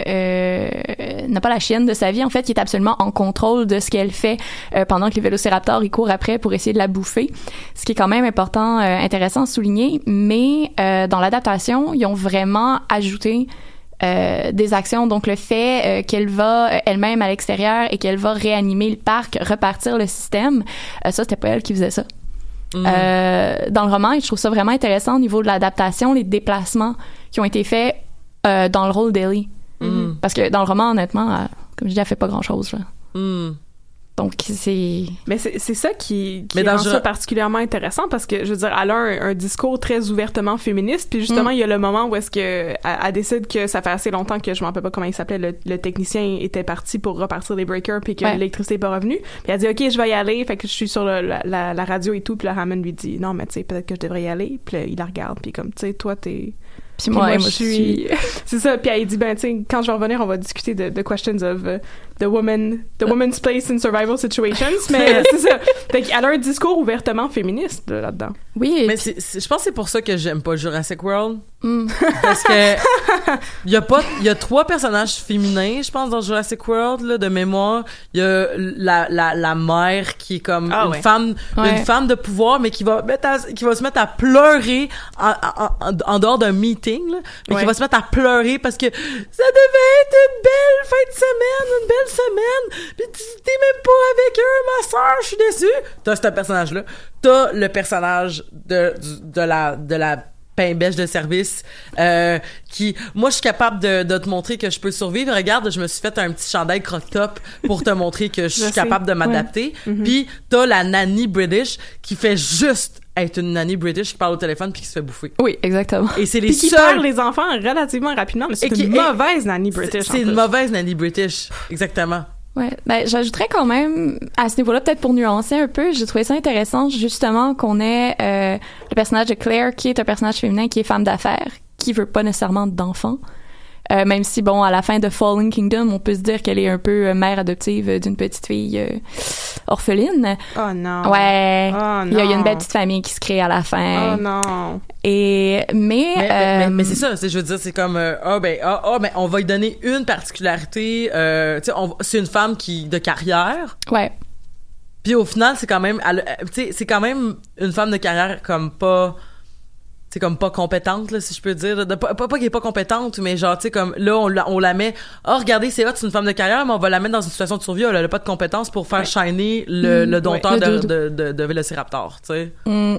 euh, n'a pas la chienne de sa vie, en fait, qui est absolument en contrôle de ce qu'elle fait euh, pendant que les vélociraptors ils courent après pour essayer de la bouffer. Ce qui est quand même important, euh, intéressant à souligner. Mais euh, dans l'adaptation, ils ont vraiment ajouté Euh, des actions, donc le fait euh, qu'elle va euh, elle-même à l'extérieur et qu'elle va réanimer le parc, repartir le système, euh, ça c'était pas elle qui faisait ça. Mmh. Euh, dans le roman, et je trouve ça vraiment intéressant au niveau de l'adaptation, les déplacements qui ont été faits euh, dans le rôle d'Ellie. Mmh. Parce que dans le roman, honnêtement, euh, comme je dis, elle fait pas grand-chose. Là. Mmh. Donc, c'est... Mais c'est, c'est ça qui, qui Mais rend je... ça particulièrement intéressant parce que, je veux dire, elle a un, un discours très ouvertement féministe, puis justement, il mm. y a le moment où est-ce que elle, elle décide que ça fait assez longtemps que je m'en rappelle pas comment il s'appelait, le, le technicien était parti pour repartir les breakers puis que ouais. l'électricité est pas revenue. Puis elle dit, OK, je vais y aller, fait que je suis sur le, la, la, la radio et tout, puis la Hammond lui dit, non, mais tu sais, peut-être que je devrais y aller, puis là, il la regarde, puis comme, tu sais, toi, t'es... Puis moi, moi, je suis... c'est ça. Puis elle dit, ben, tu sais, quand je vais revenir, on va discuter de, de questions of uh, the woman, the woman's place in survival situations. Mais c'est ça. Fait qu'elle a un discours ouvertement féministe là, là-dedans. Oui. Mais c'est, c'est, je pense que c'est pour ça que j'aime pas Jurassic World. Mm. Parce que il y a pas, il y a trois personnages féminins, je pense, dans Jurassic World, là, de mémoire. Il y a la, la, la mère qui est comme ah, une ouais. femme, ouais. une femme de pouvoir, mais qui va mettre à, qui va se mettre à pleurer en, en, en, en dehors d'un meeting, là, mais ouais. qui va se mettre à pleurer parce que ça devait être une belle fin de semaine, une belle semaine, pis t'es même pas avec eux, ma soeur, je suis déçue. T'as ce personnage-là. T'as le personnage de, de la, de la pain-bêche de service, euh, qui, moi, je suis capable de, de te montrer que je peux survivre. Regarde, je me suis fait un petit chandail croc-top pour te montrer que je suis je capable de m'adapter. Ouais. Mm-hmm. Puis, t'as la nanny British qui fait juste être une nanny British qui parle au téléphone puis qui se fait bouffer. Oui, exactement. Et c'est les puis qui seuls... perd les enfants relativement rapidement, mais c'est qui, une mauvaise nanny British. C'est, c'est une mauvaise nanny British. Exactement. Ouais, ben j'ajouterais quand même à ce niveau-là, peut-être pour nuancer un peu, j'ai trouvé ça intéressant justement qu'on ait euh, le personnage de Claire qui est un personnage féminin qui est femme d'affaires, qui veut pas nécessairement d'enfants. Euh, même si, bon, à la fin de Fallen Kingdom, on peut se dire qu'elle est un peu euh, mère adoptive d'une petite fille euh, orpheline. Oh non. Ouais. Oh non. Il y a, il y a une belle petite famille qui se crée à la fin. Oh non. Et, mais... Mais, euh, mais, mais c'est ça, c'est, je veux dire, c'est comme, ah, euh, oh, ben, ah, oh, oh, ben, on va lui donner une particularité, euh, tu sais, c'est une femme qui, de carrière. Ouais. Puis au final, c'est quand même, tu sais, c'est quand même une femme de carrière comme pas... c'est comme pas compétente, là, si je peux dire. De, pas, pas, pas qu'elle est pas compétente, mais genre, tu sais, comme, là, on la, on la met, oh, regardez, c'est hot, c'est une femme de carrière, mais on va la mettre dans une situation de survie, elle a pas de compétences pour faire ouais. shiner le, mmh, le dompteur ouais, de, de, de, de Vélociraptor, tu sais. Mmh.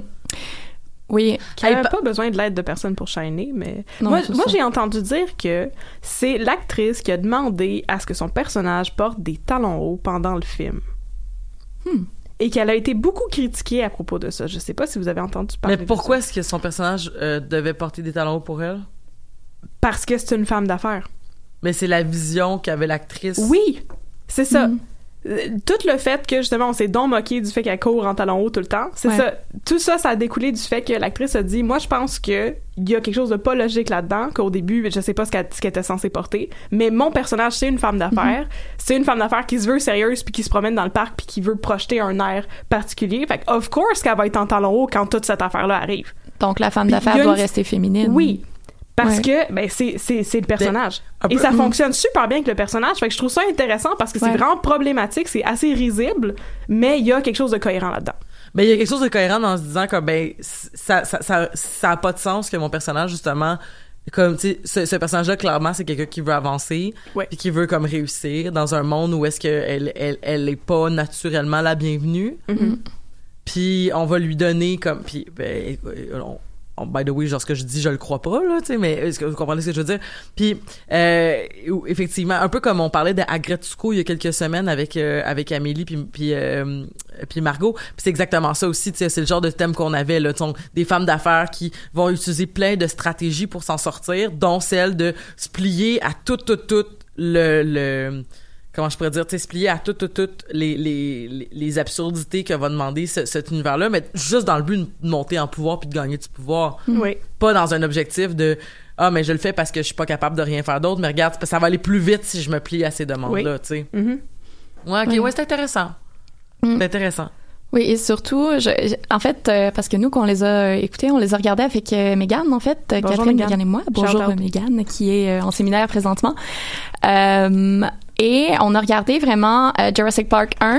Oui. Elle n'a pas besoin de l'aide de personne pour shiner, mais non, moi, moi j'ai entendu dire que c'est l'actrice qui a demandé à ce que son personnage porte des talons hauts pendant le film. Hmm. Et qu'elle a été beaucoup critiquée à propos de ça. Je sais pas si vous avez entendu parler de ça. Mais pourquoi est-ce que son personnage euh, devait porter des talons hauts pour elle? Parce que c'est une femme d'affaires. Mais c'est la vision qu'avait l'actrice. Oui, c'est ça. Mm. Tout le fait que, justement, on s'est donc moqué du fait qu'elle court en talons hauts tout le temps, c'est ouais. ça. Tout ça, ça a découlé du fait que l'actrice a dit, moi, je pense que il y a quelque chose de pas logique là-dedans, qu'au début, je sais pas ce qu'elle, ce qu'elle était censée porter, mais mon personnage, c'est une femme d'affaires. Mm-hmm. C'est une femme d'affaires qui se veut sérieuse puis qui se promène dans le parc puis qui veut projeter un air particulier. Fait que, of course, qu'elle va être en talons hauts quand toute cette affaire-là arrive. Donc, la femme puis d'affaires doit une... rester féminine. Oui. Parce Ouais. que, ben, c'est, c'est, c'est le personnage. Un Et peu- ça mm. fonctionne super bien avec le personnage. Fait que je trouve ça intéressant parce que c'est Ouais. vraiment problématique, c'est assez risible, mais il y a quelque chose de cohérent là-dedans. Ben, il y a quelque chose de cohérent en se disant que, ben, ça, ça, ça, ça a pas de sens que mon personnage, justement, comme, tu sais, ce, ce personnage-là, clairement, c'est quelqu'un qui veut avancer, Ouais. puis qui veut, comme, réussir dans un monde où est-ce qu'elle, elle, elle est pas naturellement la bienvenue. Mhm. Puis on va lui donner comme, puis, ben, on, on- by the way, genre, ce que je dis, je le crois pas, là, tu sais, mais est-ce que vous comprenez ce que je veux dire? Puis, euh, où, effectivement, un peu comme on parlait de Agretsuko il y a quelques semaines avec euh, avec Amélie puis puis euh, puis Margot, puis c'est exactement ça aussi, tu sais, c'est le genre de thème qu'on avait là, tu sais, des femmes d'affaires qui vont utiliser plein de stratégies pour s'en sortir, dont celle de se plier à tout tout tout le le comment je pourrais dire, tu sais, se plier à toutes, toutes, toutes les, les, les, les absurdités que va demander ce, cet univers-là, mais juste dans le but de monter en pouvoir puis de gagner du pouvoir. Oui. Pas dans un objectif de « Ah, mais je le fais parce que je suis pas capable de rien faire d'autre, mais regarde, ça va aller plus vite si je me plie à ces demandes-là, Oui. tu sais. Mhm. Ouais, OK, Oui. ouais, c'est intéressant. Mm. C'est intéressant. Oui, et surtout, je, je- en fait, euh, parce que nous, qu'on les a écoutés, on les a regardés avec euh, Mégane, en fait, euh, Bonjour, Catherine, Mégane. Mégane et moi. Bonjour, Shout out. Mégane, qui est euh, en séminaire présentement. Euh, et on a regardé vraiment euh, Jurassic Park un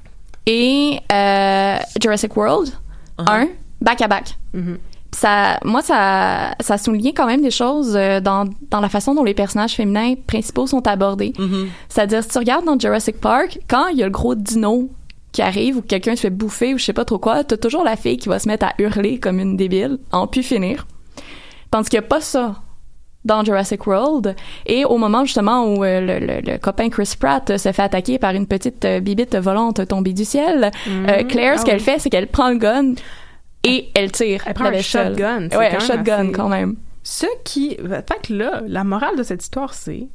et euh, Jurassic World Uh-huh. un, back à back. Mhm. Puis ça, moi, ça, ça soulignait quand même des choses euh, dans, dans la façon dont les personnages féminins principaux sont abordés. Mhm. C'est-à-dire, si tu regardes dans Jurassic Park, quand il y a le gros dino qui arrive ou que quelqu'un se fait bouffer ou je sais pas trop quoi, t'as toujours la fille qui va se mettre à hurler comme une débile, à en plus finir. Tandis qu'il n'y a pas ça dans Jurassic World. Et au moment justement où euh, le, le, le copain Chris Pratt euh, se fait attaquer par une petite euh, bibite volante tombée du ciel, euh, Claire, Ah ce qu'elle oui. fait, c'est qu'elle prend le gun et elle tire. Elle prend la un bestiole. shotgun, c'est Ouais, quand un même shotgun assez- quand même. Ce qui... Fait que là, la morale de cette histoire, c'est...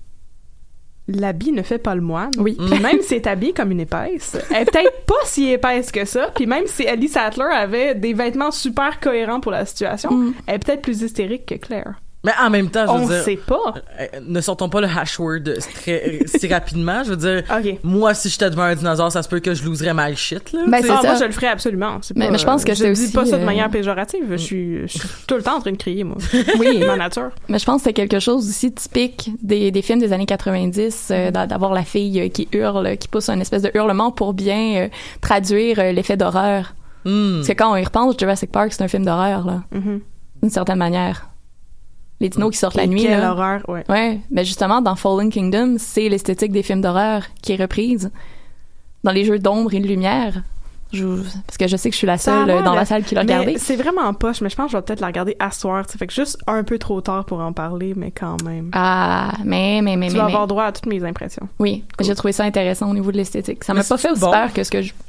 L'habit ne fait pas le moine. Oui. Puis même si elle est habillée comme une épaisse, elle est peut-être pas si épaisse que ça. Puis même si Ellie Sattler avait des vêtements super cohérents pour la situation, Mm. elle est peut-être plus hystérique que Claire. Mais en même temps, je veux On dire... sait pas. euh, ne sortons pas le hash word très, si rapidement. Je veux dire, OK. moi, si j'étais devant un dinosaure, ça se peut que je loserais my shit, là. Ben, tu sais. c'est Ah, ça. moi, je le ferais absolument. C'est Mais- pas, mais je pense que je c'est dis aussi, pas ça de euh, manière péjorative. Je suis, je suis tout le temps en train de crier, moi. Oui. Ma nature. Mais je pense que c'est quelque chose aussi typique des, des films des années quatre-vingt-dix, euh, d'a- d'avoir la fille euh, qui hurle, qui pousse un espèce de hurlement pour bien euh, traduire euh, l'effet d'horreur. Hmm. Parce que quand on y repense, Jurassic Park, c'est un film d'horreur, là, Mhm. d'une certaine manière. Les dinos qui sortent la Et nuit, Quelle là. horreur, ouais. Ouais, mais justement, dans Fallen Kingdom, c'est l'esthétique des films d'horreur qui est reprise. Dans les jeux d'ombre et de lumière. Je, parce que je sais que je suis la Ça a seule l'air euh, dans de- la salle qui l'a Mais regardé. c'est vraiment poche, mais je pense que je vais peut-être la regarder à soir. Ça fait que juste un peu trop tard pour en parler, mais quand même. Ah, mais, mais, mais, tu mais, vas mais. avoir droit à toutes mes impressions. Oui, j'ai trouvé ça intéressant au niveau de l'esthétique. Ça m'a Mais pas fait c'est aussi bon. peur que ce que je...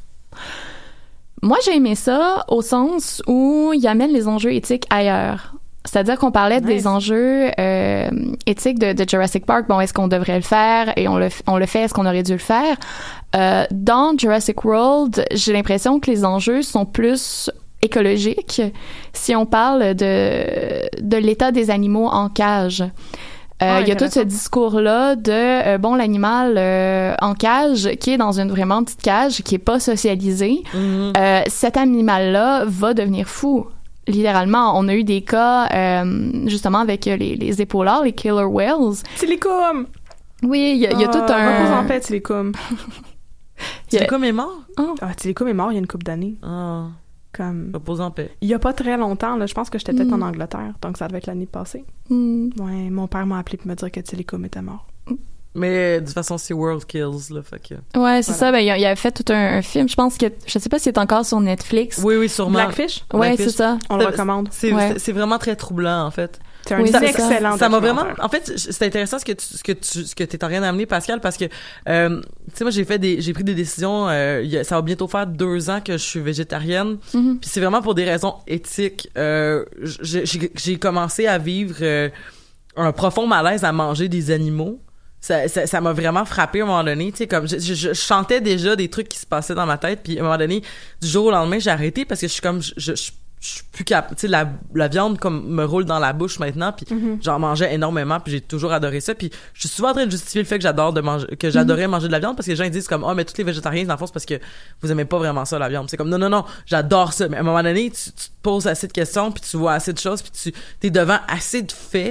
Moi, j'ai aimé ça au sens où il amène les enjeux éthiques ailleurs. C'est-à-dire qu'on parlait Nice. des enjeux euh, éthiques de, de Jurassic Park. Bon, est-ce qu'on devrait le faire? Et on le, f- on le fait, est-ce qu'on aurait dû le faire? Euh, dans Jurassic World, j'ai l'impression que les enjeux sont plus écologiques si on parle de, de l'état des animaux en cage. Euh, Ah, il y a tout ce intéressant. discours-là de euh, bon l'animal euh, en cage qui est dans une vraiment petite cage qui est pas socialisée. Mhm. Euh, cet animal-là va devenir fou. Littéralement, on a eu des cas euh, justement avec euh, les, les épaulards, les killer whales. Silicum! Oui, il y a, il y a Ah, tout Repose en un. paix, Silicum. il y a- C'est comme est mort? Oh. Ah, Silicum est mort il y a une couple d'années. Ah, Comme... repose en paix. Il y a pas très longtemps, là. Je pense que j'étais peut-être Mm. en Angleterre, donc ça devait être l'année passée. Hmm. Ouais, mon père m'a appelé pour me dire que Silicum était mort. Mais de toute façon, c'est World Kills, là, fait que... Ouais, c'est Voilà. ça. Ben, il, a, il avait fait tout un, un film. Je pense que je sais pas s'il est encore sur Netflix. Oui, oui, sûrement. Blackfish? Ouais, Blackfish. c'est ça. On le C'est- recommande. C'est Ouais. c'est- c'est vraiment très troublant, en fait. C'est un Oui, c'est ça. excellent Ça m'a vraiment... documentaire. En fait, c'est intéressant ce que tu, ce que tu, ce que t'es en train d'amener, Pascal, parce que, euh, tu sais, moi, j'ai fait des, j'ai pris des décisions, euh, il y a- ça va bientôt faire deux ans que je suis végétarienne. Mhm. Puis c'est vraiment pour des raisons éthiques. Euh, j'ai, j'ai- j'ai commencé à vivre euh, un profond malaise à manger des animaux. Ça, ça, ça m'a vraiment frappé à un moment donné, tu sais, comme je, je, je chantais déjà des trucs qui se passaient dans ma tête, puis à un moment donné, du jour au lendemain, j'ai arrêté parce que je suis comme, je, je, je, je suis plus capable, tu sais, la, la viande comme me roule dans la bouche maintenant, puis Mhm. j'en mangeais énormément, puis j'ai toujours adoré ça, puis je suis souvent en train de justifier le fait que j'adore de manger, que j'adorais manger de la viande, parce que les gens ils disent comme, oh mais tous les végétariens dans le fond c'est parce que vous aimez pas vraiment ça la viande, c'est comme non non non, j'adore ça, mais à un moment donné, tu, tu te poses assez de questions, puis tu vois assez de choses, puis tu t'es devant assez de faits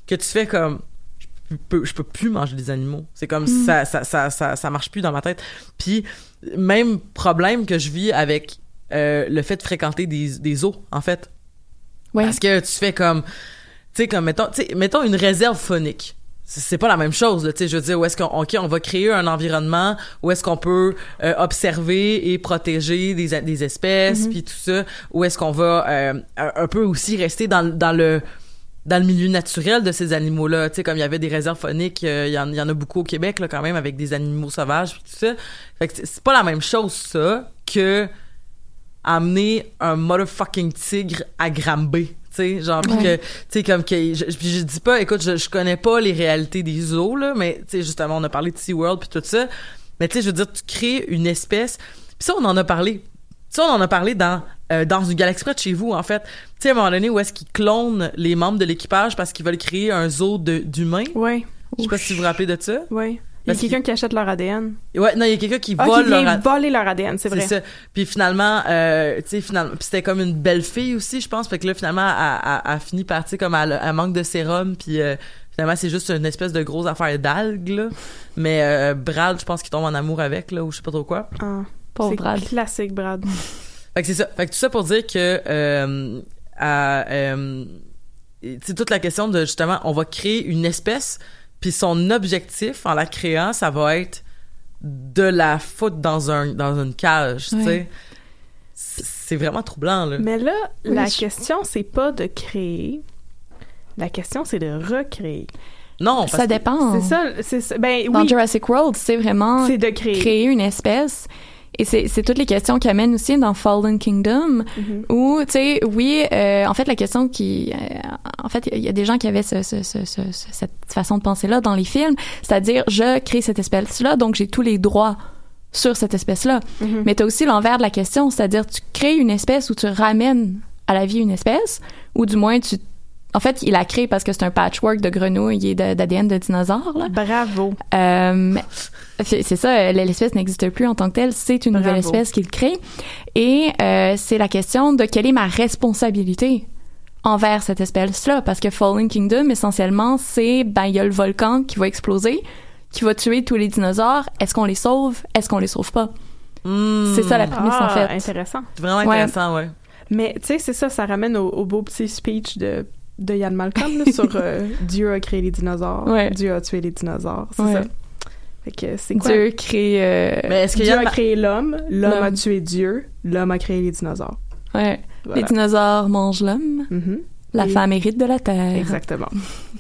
que tu fais comme je peux je peux plus manger des animaux. C'est comme Mm. ça, ça ça ça ça marche plus dans ma tête. Puis même problème que je vis avec euh, le fait de fréquenter des des zoos en fait. Ouais. Parce que tu fais comme tu sais comme mettons tu sais mettons une réserve faunique. C'est, c'est pas la même chose là, tu sais je veux dire où est-ce qu'on OK, on va créer un environnement où est-ce qu'on peut euh, observer et protéger des des espèces Mm-hmm. puis tout ça, où est-ce qu'on va euh, un, un peu aussi rester dans dans le dans le milieu naturel de ces animaux-là, tu sais, comme il y avait des réserves fauniques, il euh, y, en, y en a beaucoup au Québec, là, quand même, avec des animaux sauvages, pis tout ça. Fait que c'est, c'est pas la même chose, ça, que amener un motherfucking tigre à Granby, tu sais, genre, pis Ouais. que, tu sais, comme que, je, je, je dis pas, écoute, je, je connais pas les réalités des zoos, là, mais, tu sais, justement, on a parlé de SeaWorld pis tout ça, mais tu sais, je veux dire, tu crées une espèce, pis ça, on en a parlé, ça, on en a parlé dans euh, dans une galaxie près de chez vous, en fait. Tu sais, à un moment donné, où est-ce qu'ils clonent les membres de l'équipage parce qu'ils veulent créer un zoo de, d'humains. Ouais. Je sais pas si vous vous rappelez de ça. Ouais. Il y a Parce quelqu'un qu'il- qui achète leur A D N. Ouais, non, il y a quelqu'un qui Ah, vole qui leur... vient a- voler leur A D N, c'est vrai. C'est ça. Puis finalement, euh, tu sais, finalement, puis c'était comme une belle fille aussi, je pense. Fait que là, finalement, elle, elle, elle finit par, tu sais, comme elle, elle manque de sérum, puis euh, finalement, c'est juste une espèce de grosse affaire d'algues, là. Mais euh, Brad, je pense qu'il tombe en amour avec, là, ou je sais pas trop quoi. Ah, Pauvre c'est Brad. classique, Brad. Fait que c'est ça. Fait que tout ça pour dire que euh, à, euh, c'est toute la question de justement, on va créer une espèce, puis son objectif en la créant, ça va être de la foutre dans un dans une cage, tu sais. Ouais. C'est c'est vraiment troublant là. Mais là, Oui, la je- question, c'est pas de créer. La question, c'est de recréer. Non, parce Ça que- dépend. C'est ça, c'est ça. Ben Dans oui, Jurassic World, c'est vraiment c'est de créer. créer une espèce. Et c'est, c'est toutes les questions qui amènent aussi dans Fallen Kingdom, Mhm. où, tu sais, oui, euh, en fait, la question qui... euh, en fait, il y a des gens qui avaient ce, ce, ce, ce- ce- cette façon de penser-là dans les films, c'est-à-dire, je crée cette espèce-là, donc j'ai tous les droits sur cette espèce-là. Mhm. Mais tu as aussi l'envers de la question, c'est-à-dire, tu crées une espèce où tu ramènes à la vie une espèce, ou du moins, tu... En fait, il a créé parce que c'est un patchwork de grenouilles et de- d'A D N de dinosaures, là. Bravo. Euh, c'est c'est ça, l'espèce n'existe plus en tant que telle, c'est une Bravo. nouvelle espèce qu'il crée. Et euh, c'est la question de quelle est ma responsabilité envers cette espèce-là, parce que Fallen Kingdom, essentiellement, c'est, ben, il y a le volcan qui va exploser, qui va tuer tous les dinosaures. Est-ce qu'on les sauve? Est-ce qu'on les sauve pas? Hmm, C'est ça la prémisse, Ah, en fait. intéressant. c'est vraiment Ouais. intéressant, ouais. Mais tu sais, c'est ça, ça ramène au, au beau petit speech de, de Yann Malcolm là, sur euh, Dieu a créé les dinosaures, Ouais. Dieu a tué les dinosaures, c'est Ouais. ça. Fait que c'est quoi? Dieu crée... euh, Mais est-ce que Dieu Yann a Ma- créé l'homme, l'homme L'homme. a tué Dieu, l'homme a créé les dinosaures. ouais. Voilà. Les dinosaures mangent l'homme, Mhm. la Et- femme hérite de la terre. Exactement.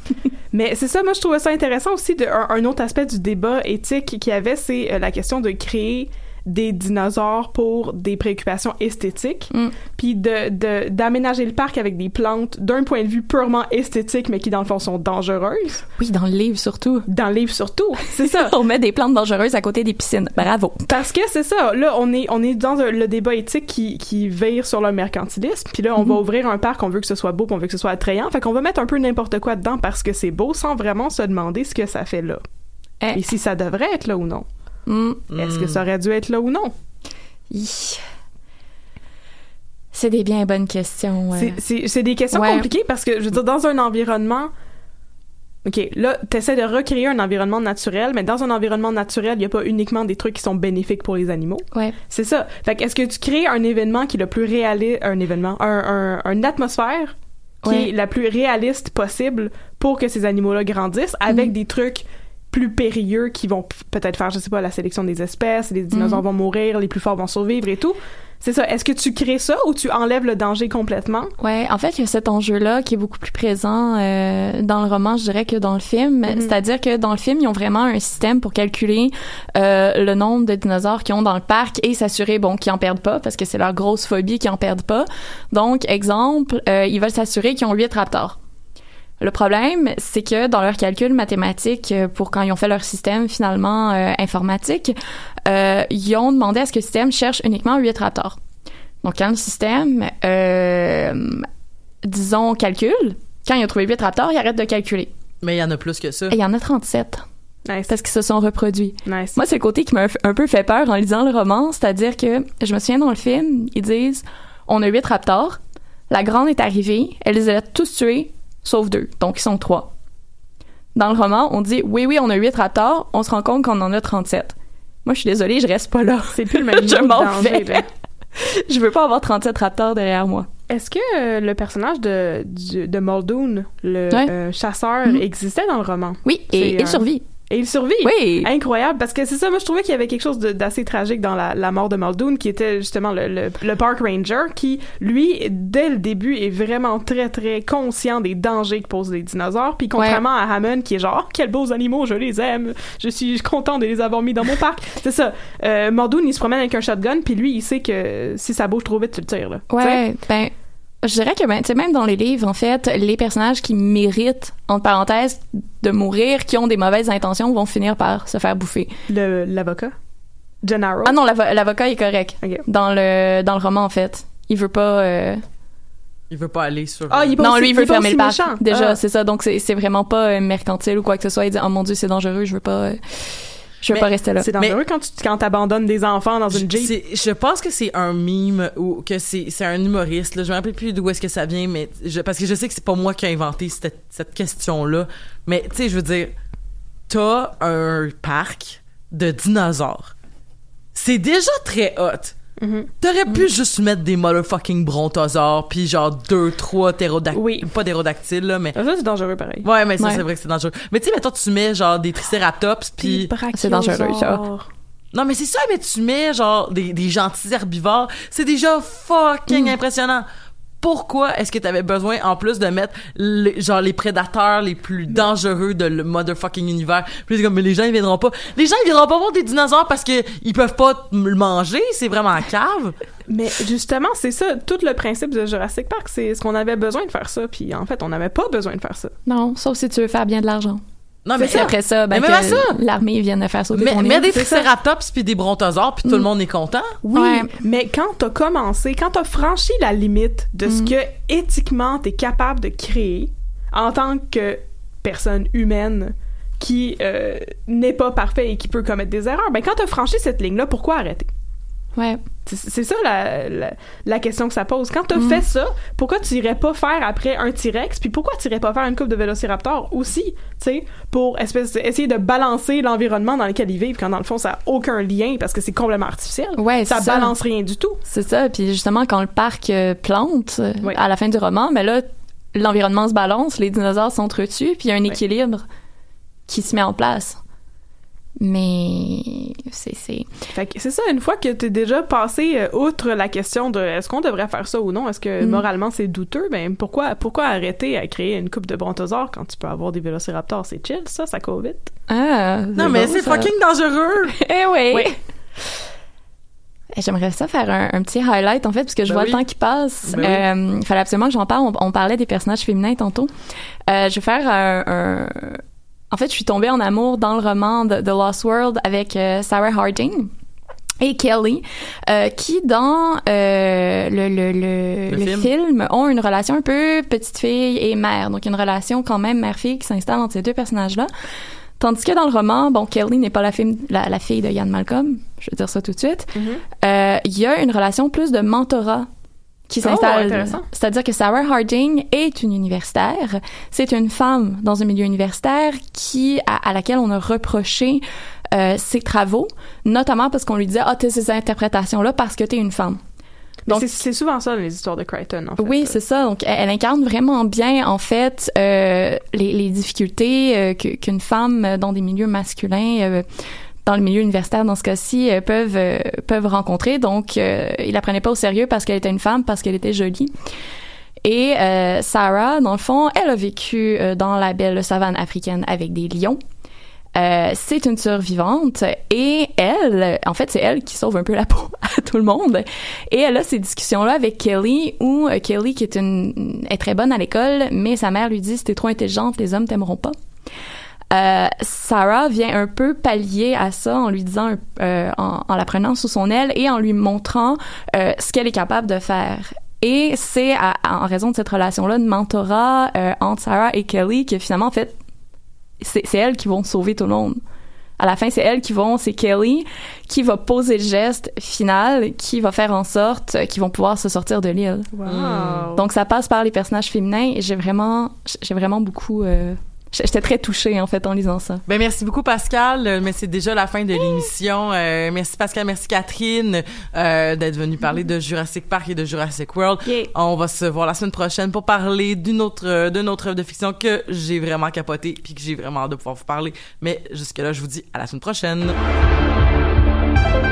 Mais c'est ça, moi je trouvais ça intéressant aussi. De, un, un autre aspect du débat éthique qu'il y avait, c'est euh, la question de créer des dinosaures pour des préoccupations esthétiques, Mm. puis de, de d'aménager le parc avec des plantes d'un point de vue purement esthétique, mais qui dans le fond sont dangereuses. Oui, dans le livre surtout. Dans le livre surtout, c'est ça. On met des plantes dangereuses à côté des piscines. Bravo. Parce que c'est ça, là, on est, on est dans un- le débat éthique qui, qui vire sur le mercantilisme, puis là, on va ouvrir un parc, on veut que ce soit beau, puis on veut que ce soit attrayant, fait qu'on va mettre un peu n'importe quoi dedans parce que c'est beau, sans vraiment se demander ce que ça fait là. Eh. Et si ça devrait être là ou non. Mm. Est-ce que ça aurait dû être là ou non? Hi. C'est des bien bonnes questions. ouais. C'est- C'est c'est des questions Ouais. compliquées parce que, je veux dire, dans un environnement... OK, là, t'essaies de recréer un environnement naturel, mais dans un environnement naturel, il n'y a pas uniquement des trucs qui sont bénéfiques pour les animaux. Ouais. C'est ça. Fait que est-ce que tu crées un événement qui est le plus réaliste... Un événement, un, un, une atmosphère qui Ouais. est la plus réaliste possible pour que ces animaux-là grandissent avec Mhm. des trucs plus périlleux qui vont p- peut-être faire, je sais pas, la sélection des espèces, les dinosaures Mhm. vont mourir, les plus forts vont survivre et tout. C'est ça. Est-ce que tu crées ça ou tu enlèves le danger complètement? Ouais, en fait, il y a cet enjeu-là qui est beaucoup plus présent euh, dans le roman, je dirais, que dans le film. Mhm. C'est-à-dire que dans le film, ils ont vraiment un système pour calculer euh, le nombre de dinosaures qu'ils ont dans le parc et s'assurer, bon, qu'ils en perdent pas, parce que c'est leur grosse phobie qu'ils en perdent pas. Donc, exemple, euh, ils veulent s'assurer qu'ils ont huit raptors. Le problème, c'est que dans leurs calculs mathématiques, euh, pour quand ils ont fait leur système finalement euh, informatique, euh, ils ont demandé à ce que le système cherche uniquement huit raptors. Donc, quand le système, euh, disons, calcule, quand il a trouvé huit raptors, il arrête de calculer. Mais il y en a plus que ça. Et il y en a trente-sept, Nice. parce qu'ils se sont reproduits. Nice. Moi, c'est le côté qui m'a un, un peu fait peur en lisant le roman, c'est-à-dire que, je me souviens dans le film, ils disent, on a huit raptors, la grande est arrivée, elle les a tous tués, sauf deux, donc ils sont trois. Dans le roman, on dit oui, oui, on a huit raptors, on se rend compte qu'on en a trente-sept. Moi, je suis désolée, je reste pas là. C'est plus le même je niveau de m'en danger, vais. là. Je veux pas avoir trente-sept raptors derrière moi. Est-ce que euh, le personnage de, du- de Muldoon, le Ouais. euh, chasseur, Mhm. existait dans le roman? Oui, C'est et il un- survit. Et il survit. Oui. Incroyable, parce que c'est ça, moi je trouvais qu'il y avait quelque chose de- d'assez tragique dans la, la mort de Muldoon, qui était justement le, le, le park ranger, qui, lui, dès le début, est vraiment très, très conscient des dangers que posent les dinosaures, puis contrairement à Hammond, qui est genre, oh, quels beaux animaux, je les aime, je suis content de les avoir mis dans mon parc. C'est ça. Euh, Muldoon, il se promène avec un shotgun, puis lui, il sait que si ça bouge trop vite, tu le tires, là. Ouais, ben, je dirais que ben, tu sais, même dans les livres, en fait, les personnages qui méritent, entre parenthèses, de mourir, qui ont des mauvaises intentions, vont finir par se faire bouffer. Le, l'avocat? Gennaro? Ah non, l'avo- l'avocat est correct. Ok. Dans le dans le roman, en fait. Il veut pas... euh, Il veut pas aller sur... Ah, il est pas Non, aussi- lui, il veut est pas fermer aussi le parc. méchant. Déjà, Ah. c'est ça. Donc, c'est c'est vraiment pas euh, mercantile ou quoi que ce soit. Il dit, oh mon Dieu, c'est dangereux, je veux pas... euh, je veux Mais pas rester là. C'est dangereux quand tu quand t'abandonnes des enfants dans une Je- Jeep. c'est- Je pense que c'est un mime ou que c'est c'est un humoriste. Là. Je me rappelle plus d'où est-ce que ça vient, mais je, parce que je sais que c'est pas moi qui ai inventé cette, cette question-là. Mais tu sais, je veux dire, t'as un parc de dinosaures. C'est déjà très hot. Mhm. T'aurais pu juste mettre des motherfucking brontosaures puis genre deux, trois ptérodactyles. Oui. Pas ptérodactyles, là, mais... Ah, ça, c'est dangereux, pareil. Ouais, mais ça, Ouais. c'est vrai que c'est dangereux. Mais tu sais, mettons, tu mets genre des tricératops puis... C'est dangereux, ça. Non, mais c'est ça, mais tu mets, genre, des, des gentils herbivores. C'est déjà fucking impressionnant. Pourquoi est-ce que t'avais besoin, en plus, de mettre, les- genre, les prédateurs les plus dangereux de le motherfucking univers? Puis c'est comme, mais les gens, ils viendront pas. Les gens, ils viendront pas voir des dinosaures parce que ils peuvent pas le manger. C'est vraiment cave. Mais justement, c'est ça, tout le principe de Jurassic Park, c'est ce qu'on avait besoin de faire ça, puis en fait, on n'avait pas besoin de faire ça. Non, sauf si tu veux faire bien de l'argent. Non, C'est mais ça, après ça, ben, mais même à que ça. l'armée vienne de faire sauter Mais, ton mets île. des C'est ça. tricératops puis des brontosaures puis tout le monde est content. Oui, Ouais. mais quand t'as commencé, quand t'as franchi la limite de ce Mm. que éthiquement t'es capable de créer en tant que personne humaine qui euh, n'est pas parfait et qui peut commettre des erreurs, ben quand t'as franchi cette ligne-là, pourquoi arrêter? Ouais. C'est, c'est ça la, la, la question que ça pose. Quand t'as Mm. fait ça, pourquoi tu irais pas faire après un T-Rex, puis pourquoi tu irais pas faire une coupe de Vélociraptor aussi, tu sais, pour espèce de- essayer de balancer l'environnement dans lequel ils vivent, quand dans le fond ça a aucun lien parce que c'est complètement artificiel. Ouais, ça c'est ça. balance rien du tout. C'est ça. Puis justement, quand le parc euh, plante, euh, Oui. à la fin du roman, mais là, l'environnement se balance, les dinosaures s'entretuent, puis il y a un équilibre qui se met en place. Mais c'est... c'est... Fait que c'est ça, une fois que t'es déjà passé euh, outre la question de est-ce qu'on devrait faire ça ou non, est-ce que Mm. moralement c'est douteux, ben pourquoi pourquoi arrêter à créer une coupe de brontosaures quand tu peux avoir des vélociraptors, c'est chill, ça, ça court vite. Ah, Non, mais beau, c'est ça. fucking dangereux. Eh oui! Oui. Eh, J'aimerais ça faire un, un petit highlight, en fait, parce que je Ben vois oui. le temps qui passe. Ben Euh, fallait absolument que j'en parle. On, on parlait des personnages féminins tantôt. Euh, je vais faire un, un- En fait, je suis tombée en amour dans le roman de The Lost World avec euh, Sarah Harding et Kelly, euh, qui dans euh, le, le, le, Le le film. film. ont une relation un peu petite fille et mère. Donc, une relation quand même mère-fille qui s'installe entre ces deux personnages-là. Tandis que dans le roman, bon, Kelly n'est pas la fille, la, la fille de Ian Malcolm, je vais dire ça tout de suite. Euh, il y a une relation plus de mentorat qui Oh, s'installe. intéressant. C'est-à-dire que Sarah Harding est une universitaire. C'est une femme dans un milieu universitaire qui, à, à laquelle on a reproché euh, ses travaux, notamment parce qu'on lui disait « Ah, t'as ces interprétations-là parce que t'es une femme ». Donc c'est, c'est souvent ça dans les histoires de Crichton, en fait. Oui, c'est ça. Donc, elle, elle incarne vraiment bien, en fait, euh, les, les difficultés euh, que- qu'une femme euh, dans des milieux masculins, euh, dans le milieu universitaire, dans ce cas-ci, euh, peuvent euh, peuvent rencontrer. Donc, euh, il la prenait pas au sérieux parce qu'elle était une femme, parce qu'elle était jolie. Et euh, Sarah, dans le fond, elle a vécu euh, dans la belle savane africaine avec des lions. Euh, c'est une survivante et elle, en fait, c'est elle qui sauve un peu la peau à tout le monde. Et elle a ces discussions-là avec Kelly où euh, Kelly, qui est une est très bonne à l'école, mais sa mère lui dit « Si t'es trop intelligente, les hommes t'aimeront pas ». Euh, Sarah vient un peu pallier à ça en lui disant, euh, en, en la prenant sous son aile et en lui montrant euh, ce qu'elle est capable de faire. Et c'est à- en raison de cette relation-là de mentorat euh, entre Sarah et Kelly que finalement, en fait, c'est, c'est elles qui vont sauver tout le monde. À la fin, c'est elles qui vont, c'est Kelly qui va poser le geste final, qui va faire en sorte qu'ils vont pouvoir se sortir de l'île. Wow. Donc, ça passe par les personnages féminins et j'ai vraiment, j'ai vraiment beaucoup, euh, j'étais très touchée, en fait, en lisant ça. Ben, merci beaucoup, Pascal. Mais c'est déjà la fin de l'émission. Euh, merci, Pascal. Merci, Catherine, euh, d'être venue parler de Jurassic Park et de Jurassic World. Yeah. On va se voir la semaine prochaine pour parler d'une autre, d'une autre œuvre de fiction que j'ai vraiment capoté puis que j'ai vraiment hâte de pouvoir vous parler. Mais jusque-là, je vous dis à la semaine prochaine.